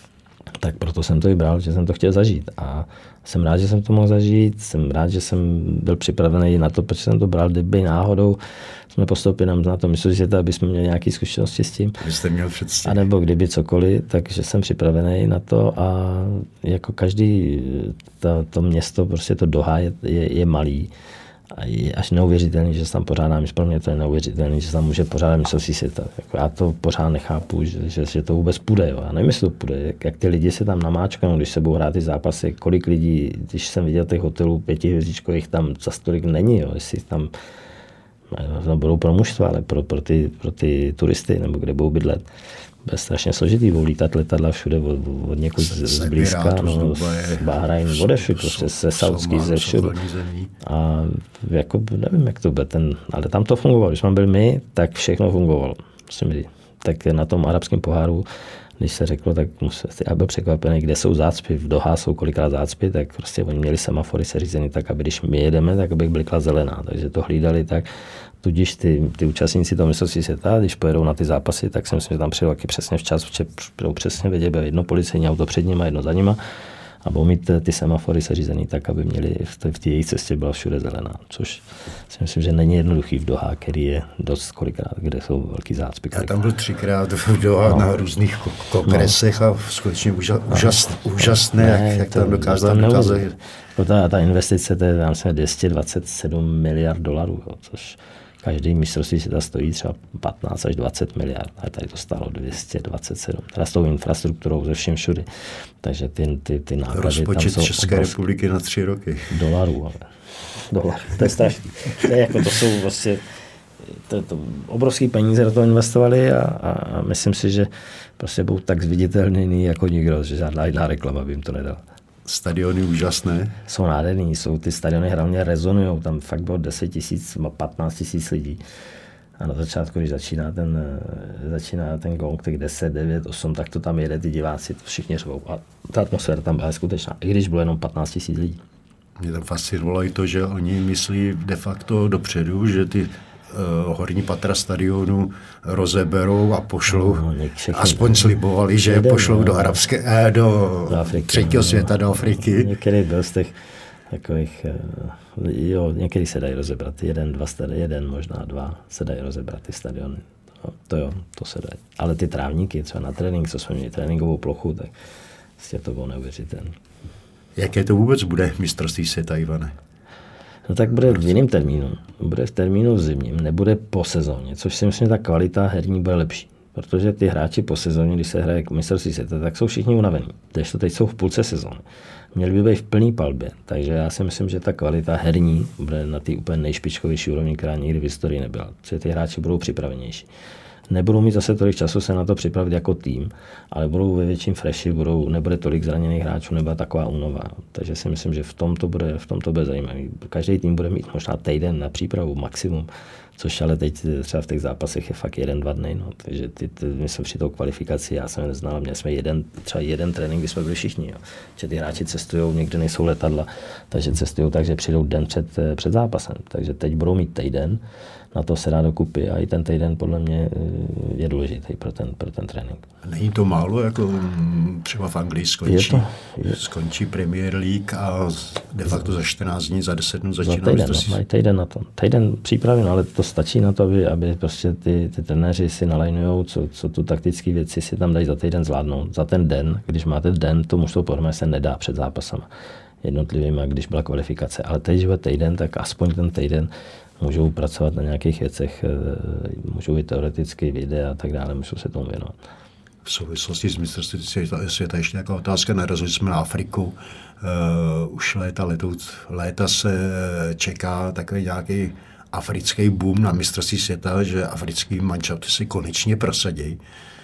Speaker 3: Tak proto jsem to vybral, že jsem to chtěl zažít. A jsem rád, že jsem to mohl zažít. Jsem rád, že jsem byl připravený na to, protože jsem to bral, kdyby náhodou jsme postoupili nám na to mistrovství světa, aby jsme měli nějaké zkušenosti s tím.
Speaker 2: Vy jste měl představu.
Speaker 3: A nebo kdyby cokoliv, takže jsem připravený na to a jako každý to, to město, prostě to Doha je, je, je malý. A je až neuvěřitelný, že se tam pořádá, pro mě to je neuvěřitelný, že se tam může pořádat mistrovství světa. Jako já to pořád nechápu, že, že, že to vůbec půjde. Jo. Já nevím, jestli to půjde. Jak, jak ty lidi se tam namáčkanou, když se budou hrát ty zápasy, kolik lidí, když jsem viděl těch hotelů pětihvězdičkových, tam zas tolik není. Jo. Jestli tam no, budou pro mužstva, ale pro, pro, ty, pro ty turisty, nebo kde budou bydlet. Bude strašně složitý, budou lítat letadla všude od, od někud zblízka, no, z Bahrajn, odevšud, prostě ze Saudský, ze všude. A jako nevím, jak to bude, ten, ale tam to fungovalo. Když jsme byli my, tak všechno fungovalo. Musím říct. Tak na tom arabském poháru, když se řeklo, tak musel, já byl překvapený, kde jsou zácpy. V Doha jsou kolikrát zácpy, tak prostě oni měli semafory seřízený tak, aby když my jedeme, tak aby blikla zelená. Takže to hlídali tak. Tudíž ty, ty účastníci toho mistrovství světa, když pojedou na ty zápasy, tak si myslím, že tam přijdou taky přesně včas, protože budou přesně vědět, bude jedno policejní auto před nimi, jedno za nima a budou mít ty semafory seřízený tak, aby měli v té, v té jejich cestě byla všude zelená, což si myslím, že není jednoduchý v Doha, který je dost kolikrát, kde jsou velký zácpy.
Speaker 2: Já tam byl třikrát v Doha no. na různých kongresech no. a skutečně úžas, no. úžas, úžasné, ne, jak, jak tam dokázal dokázat.
Speaker 3: Ta, ta investice, to je myslím, dvě stě dvacet sedm miliard dolarů, jo, což každý mistrovství světa stojí třeba patnáct až dvacet miliard, a tady to stálo dvě stě dvacet sedm, teda s tou infrastrukturou ze všem všude. Takže ty, ty, ty náklady
Speaker 2: rozpočet
Speaker 3: tam jsou
Speaker 2: České republiky na tři roky.
Speaker 3: Dolarů, ale dolar. To je strašný. To, je jako, to jsou vlastně to, to obrovský peníze do toho investovali a, a myslím si, že prostě budou tak zviditelný jako nikdo, že žádná jiná reklama by jim to nedala.
Speaker 2: Stadiony úžasné.
Speaker 3: Jsou nádherný, jsou ty stadiony hlavně rezonujou, tam fakt bylo deset tisíc, patnáct tisíc lidí. A na začátku, když začíná ten, začíná ten gong, tak deset, devět, osm, tak to tam jede, ty diváci všichni řvou. A ta atmosféra tam byla skutečná, i když bylo jenom patnáct tisíc lidí.
Speaker 2: Mě tam fascinovalo i to, že oni myslí de facto dopředu, že ty Uh, horní patra stadionu rozeberou a pošlou, no, aspoň slibovali, že jeden, pošlou no, do arabské, eh, do, do Afriky, třetího no, světa, do Afriky.
Speaker 3: Některý byl z těch takových, uh, jo, některý se dají rozebrat, jeden, dva stadiony, jeden, možná dva se dají rozebrat ty stadiony. No, to jo, to se dají. Ale ty trávníky, třeba na trénink, co jsme měli tréninkovou plochu, tak vlastně to bylo neuvěřitelné.
Speaker 2: Jaké to vůbec bude mistrovství světa, Ivane?
Speaker 3: No tak bude v jiném termínu. Bude v termínu zimním, nebude po sezóně, což si myslím, že ta kvalita herní bude lepší. Protože ty hráči po sezóně, když se hraje mistrovství světa, tak jsou všichni unavení. Takže to teď jsou v půlce sezóny. Měli by být v plný palbě. Takže já si myslím, že ta kvalita herní bude na té úplně nejšpičkovější úrovni, která nikdy v historii nebyla. Že ty hráči budou připravenější. Nebudou mít zase tolik času se na to připravit jako tým, ale budou ve větším freši, budou, nebude tolik zraněných hráčů, nebude taková únova. Takže si myslím, že v tom to bude, v tom to bude zajímavý. Každý tým bude mít možná týden na přípravu maximum, což ale teď třeba v těch zápasech je fakt jeden, dva dny. No. Takže ty, ty, my jsme při tou kvalifikaci, já jsem je neznal, měli jsme jeden, třeba jeden trénink, kdy jsme byli všichni. Jo. Že ty hráči cestují, někde nejsou letadla, takže cestují tak, že přijdou den před, před zápasem. Takže teď budou mít týden, na to se dá dokupy a i ten týden podle mě je důležitý pro ten, pro ten trénink.
Speaker 2: Není to málo, jako třeba v Anglii skončí, je to, je. skončí Premier League a de facto za čtrnáct dní, za deset dnů začíná.
Speaker 3: Za týden, no, mají týden na to. Týden přípravy, no, ale to stačí na to, aby, aby prostě ty, ty trenéři si nalajnujou, co, co tu taktické věci si tam dají za týden zvládnout. Za ten den, když máte den, to mužstvo pohromady se nedá před zápasama jednotlivými, když byla kvalifikace. Ale teď, když bude týden, tak aspoň ten týden můžou pracovat na nějakých věcech, můžou i teoreticky videa a tak dále, můžou se tomu věnovat.
Speaker 2: V souvislosti s mistrovství světa ještě nějaká otázka, narazili jsme na Afriku, uh, už léta, letou, léta se čeká takový nějaký africký boom na mistrovství světa, že africký manšafty si konečně prosadí.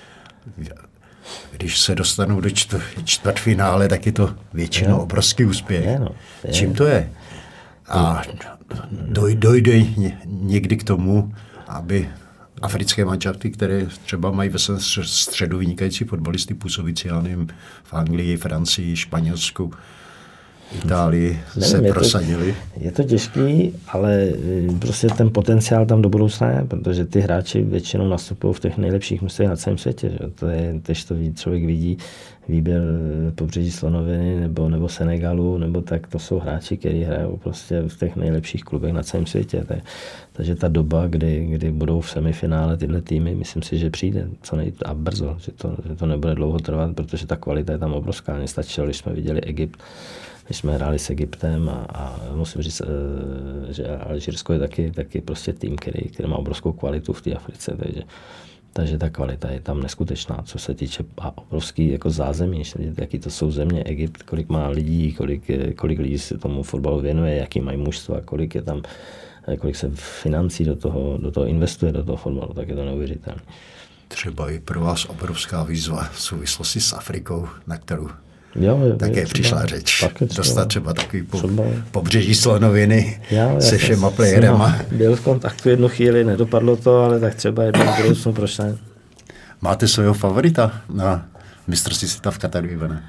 Speaker 2: Když se dostanou do čtvrt, čtvrtfinále, tak je to většinou obrovský úspěch. Je, no, je. Čím to je? A doj, dojde někdy k tomu, aby africké manšafty, které třeba mají ve svém středu vynikající fotbalisty působící, já nevím, v Anglii, Francii, Španělsku, Itálii se
Speaker 3: Nevím,
Speaker 2: prosadili.
Speaker 3: Je to, je to těžký, ale prostě ten potenciál tam do budoucna je, protože ty hráči většinou nastupují v těch nejlepších místech na celém světě. Že? To je, když to člověk vidí, výběr Pobřeží slonoviny nebo, nebo Senegalu, nebo tak to jsou hráči, kteří hrajou prostě v těch nejlepších klubech na celém světě. Tak, takže ta doba, kdy, kdy budou v semifinále tyhle týmy, myslím si, že přijde co nej, a brzo, že to, že to nebude dlouho trvat, protože ta kvalita je tam obrovská. Mně stačilo, když jsme viděli Egypt, když jsme hráli s Egyptem a, a musím říct, že Alžírsko je taky, taky prostě tým, který, který má obrovskou kvalitu v té Africe, takže, takže ta kvalita je tam neskutečná, co se týče a obrovský jako zázemí, jaký to jsou země, Egypt, kolik má lidí, kolik, kolik lidí se tomu fotbalu věnuje, jaký mají mužstva, kolik je tam, kolik se financí do toho, do toho investuje, do toho fotbalu, tak je to neuvěřitelné.
Speaker 2: Třeba i pro vás obrovská výzva v souvislosti s Afrikou, na kterou
Speaker 3: Jo, jo,
Speaker 2: také
Speaker 3: je
Speaker 2: přišla
Speaker 3: třeba,
Speaker 2: řeč.
Speaker 3: Třeba,
Speaker 2: Dostat třeba takový po,
Speaker 3: třeba,
Speaker 2: pobřeží slonoviny
Speaker 3: já,
Speaker 2: se všema playerama.
Speaker 3: Byl v kontaktu jednu chvíli, nedopadlo to, ale tak třeba jednou v budoucnu, proč ne?
Speaker 2: Máte svého favorita na mistrovství světa v Kataru, Ivane?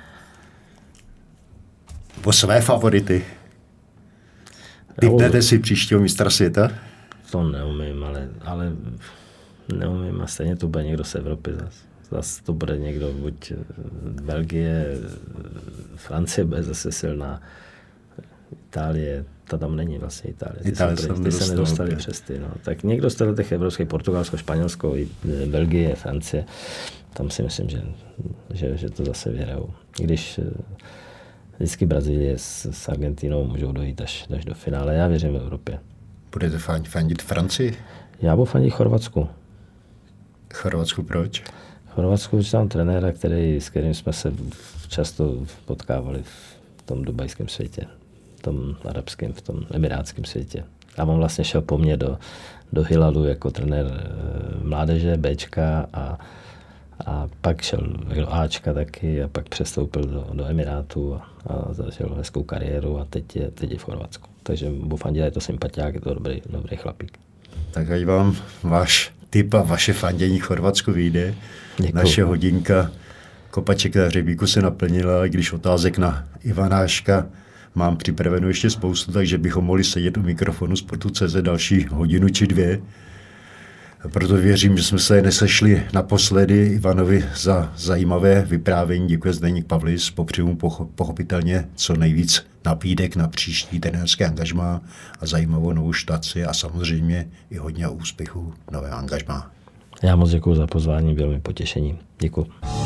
Speaker 2: Po své favority? Typnete si příštího mistra světa?
Speaker 3: To neumím, ale, ale neumím a stejně to bude někdo z Evropy zase. Zase to bude někdo, buď Belgie, Francie bude zase silná, Itálie, ta tam není vlastně Itálie, ty,
Speaker 2: Itálie
Speaker 3: se, ty se nedostali přes ty. No. Tak někdo z těch evropských, Portugalsko, Španělsko, Belgie, Francie, tam si myslím, že, že, že to zase vyhrajou. Když vždycky Brazílie s, s Argentinou můžou dojít až, až do finále, já věřím v Evropě.
Speaker 2: Budete fandit Francii?
Speaker 3: Já budu fandit Chorvatsku.
Speaker 2: Chorvatsku proč?
Speaker 3: V Chorvatsku už mám trenéra, který, s kterým jsme se často potkávali v tom dubajském světě, v tom arabském, v tom emirátském světě. A on vlastně šel po mně do, do Hilalu jako trenér mládeže, Bčka a, a pak šel do Ačka taky a pak přestoupil do, do Emirátu a, a zažil hezkou kariéru a teď je, teď je v Chorvatsku. Takže Bufandila je to sympatiák, je to dobrý, dobrý chlapík.
Speaker 2: Tak ať vám váš tip a vaše fandění Chorvatsku vyjde.
Speaker 3: Děkuju.
Speaker 2: Naše hodinka kopaček na hřebíku se naplnila, i když otázek na Ivanáška mám připravenou ještě spoustu, takže bychom mohli sedět u mikrofonu Sportu tečka cé zet další hodinu či dvě. Proto věřím, že jsme se nesešli naposledy. Ivanovi za zajímavé vyprávění. Děkuji Zdeněk Pavlis. Popřeju pochopitelně co nejvíc nabídek na příští trenérské angažmá a zajímavou novou štaci a samozřejmě i hodně úspěchů nové angažmá.
Speaker 3: Já moc děkuji za pozvání, bylo mi potěšením. Děkuji.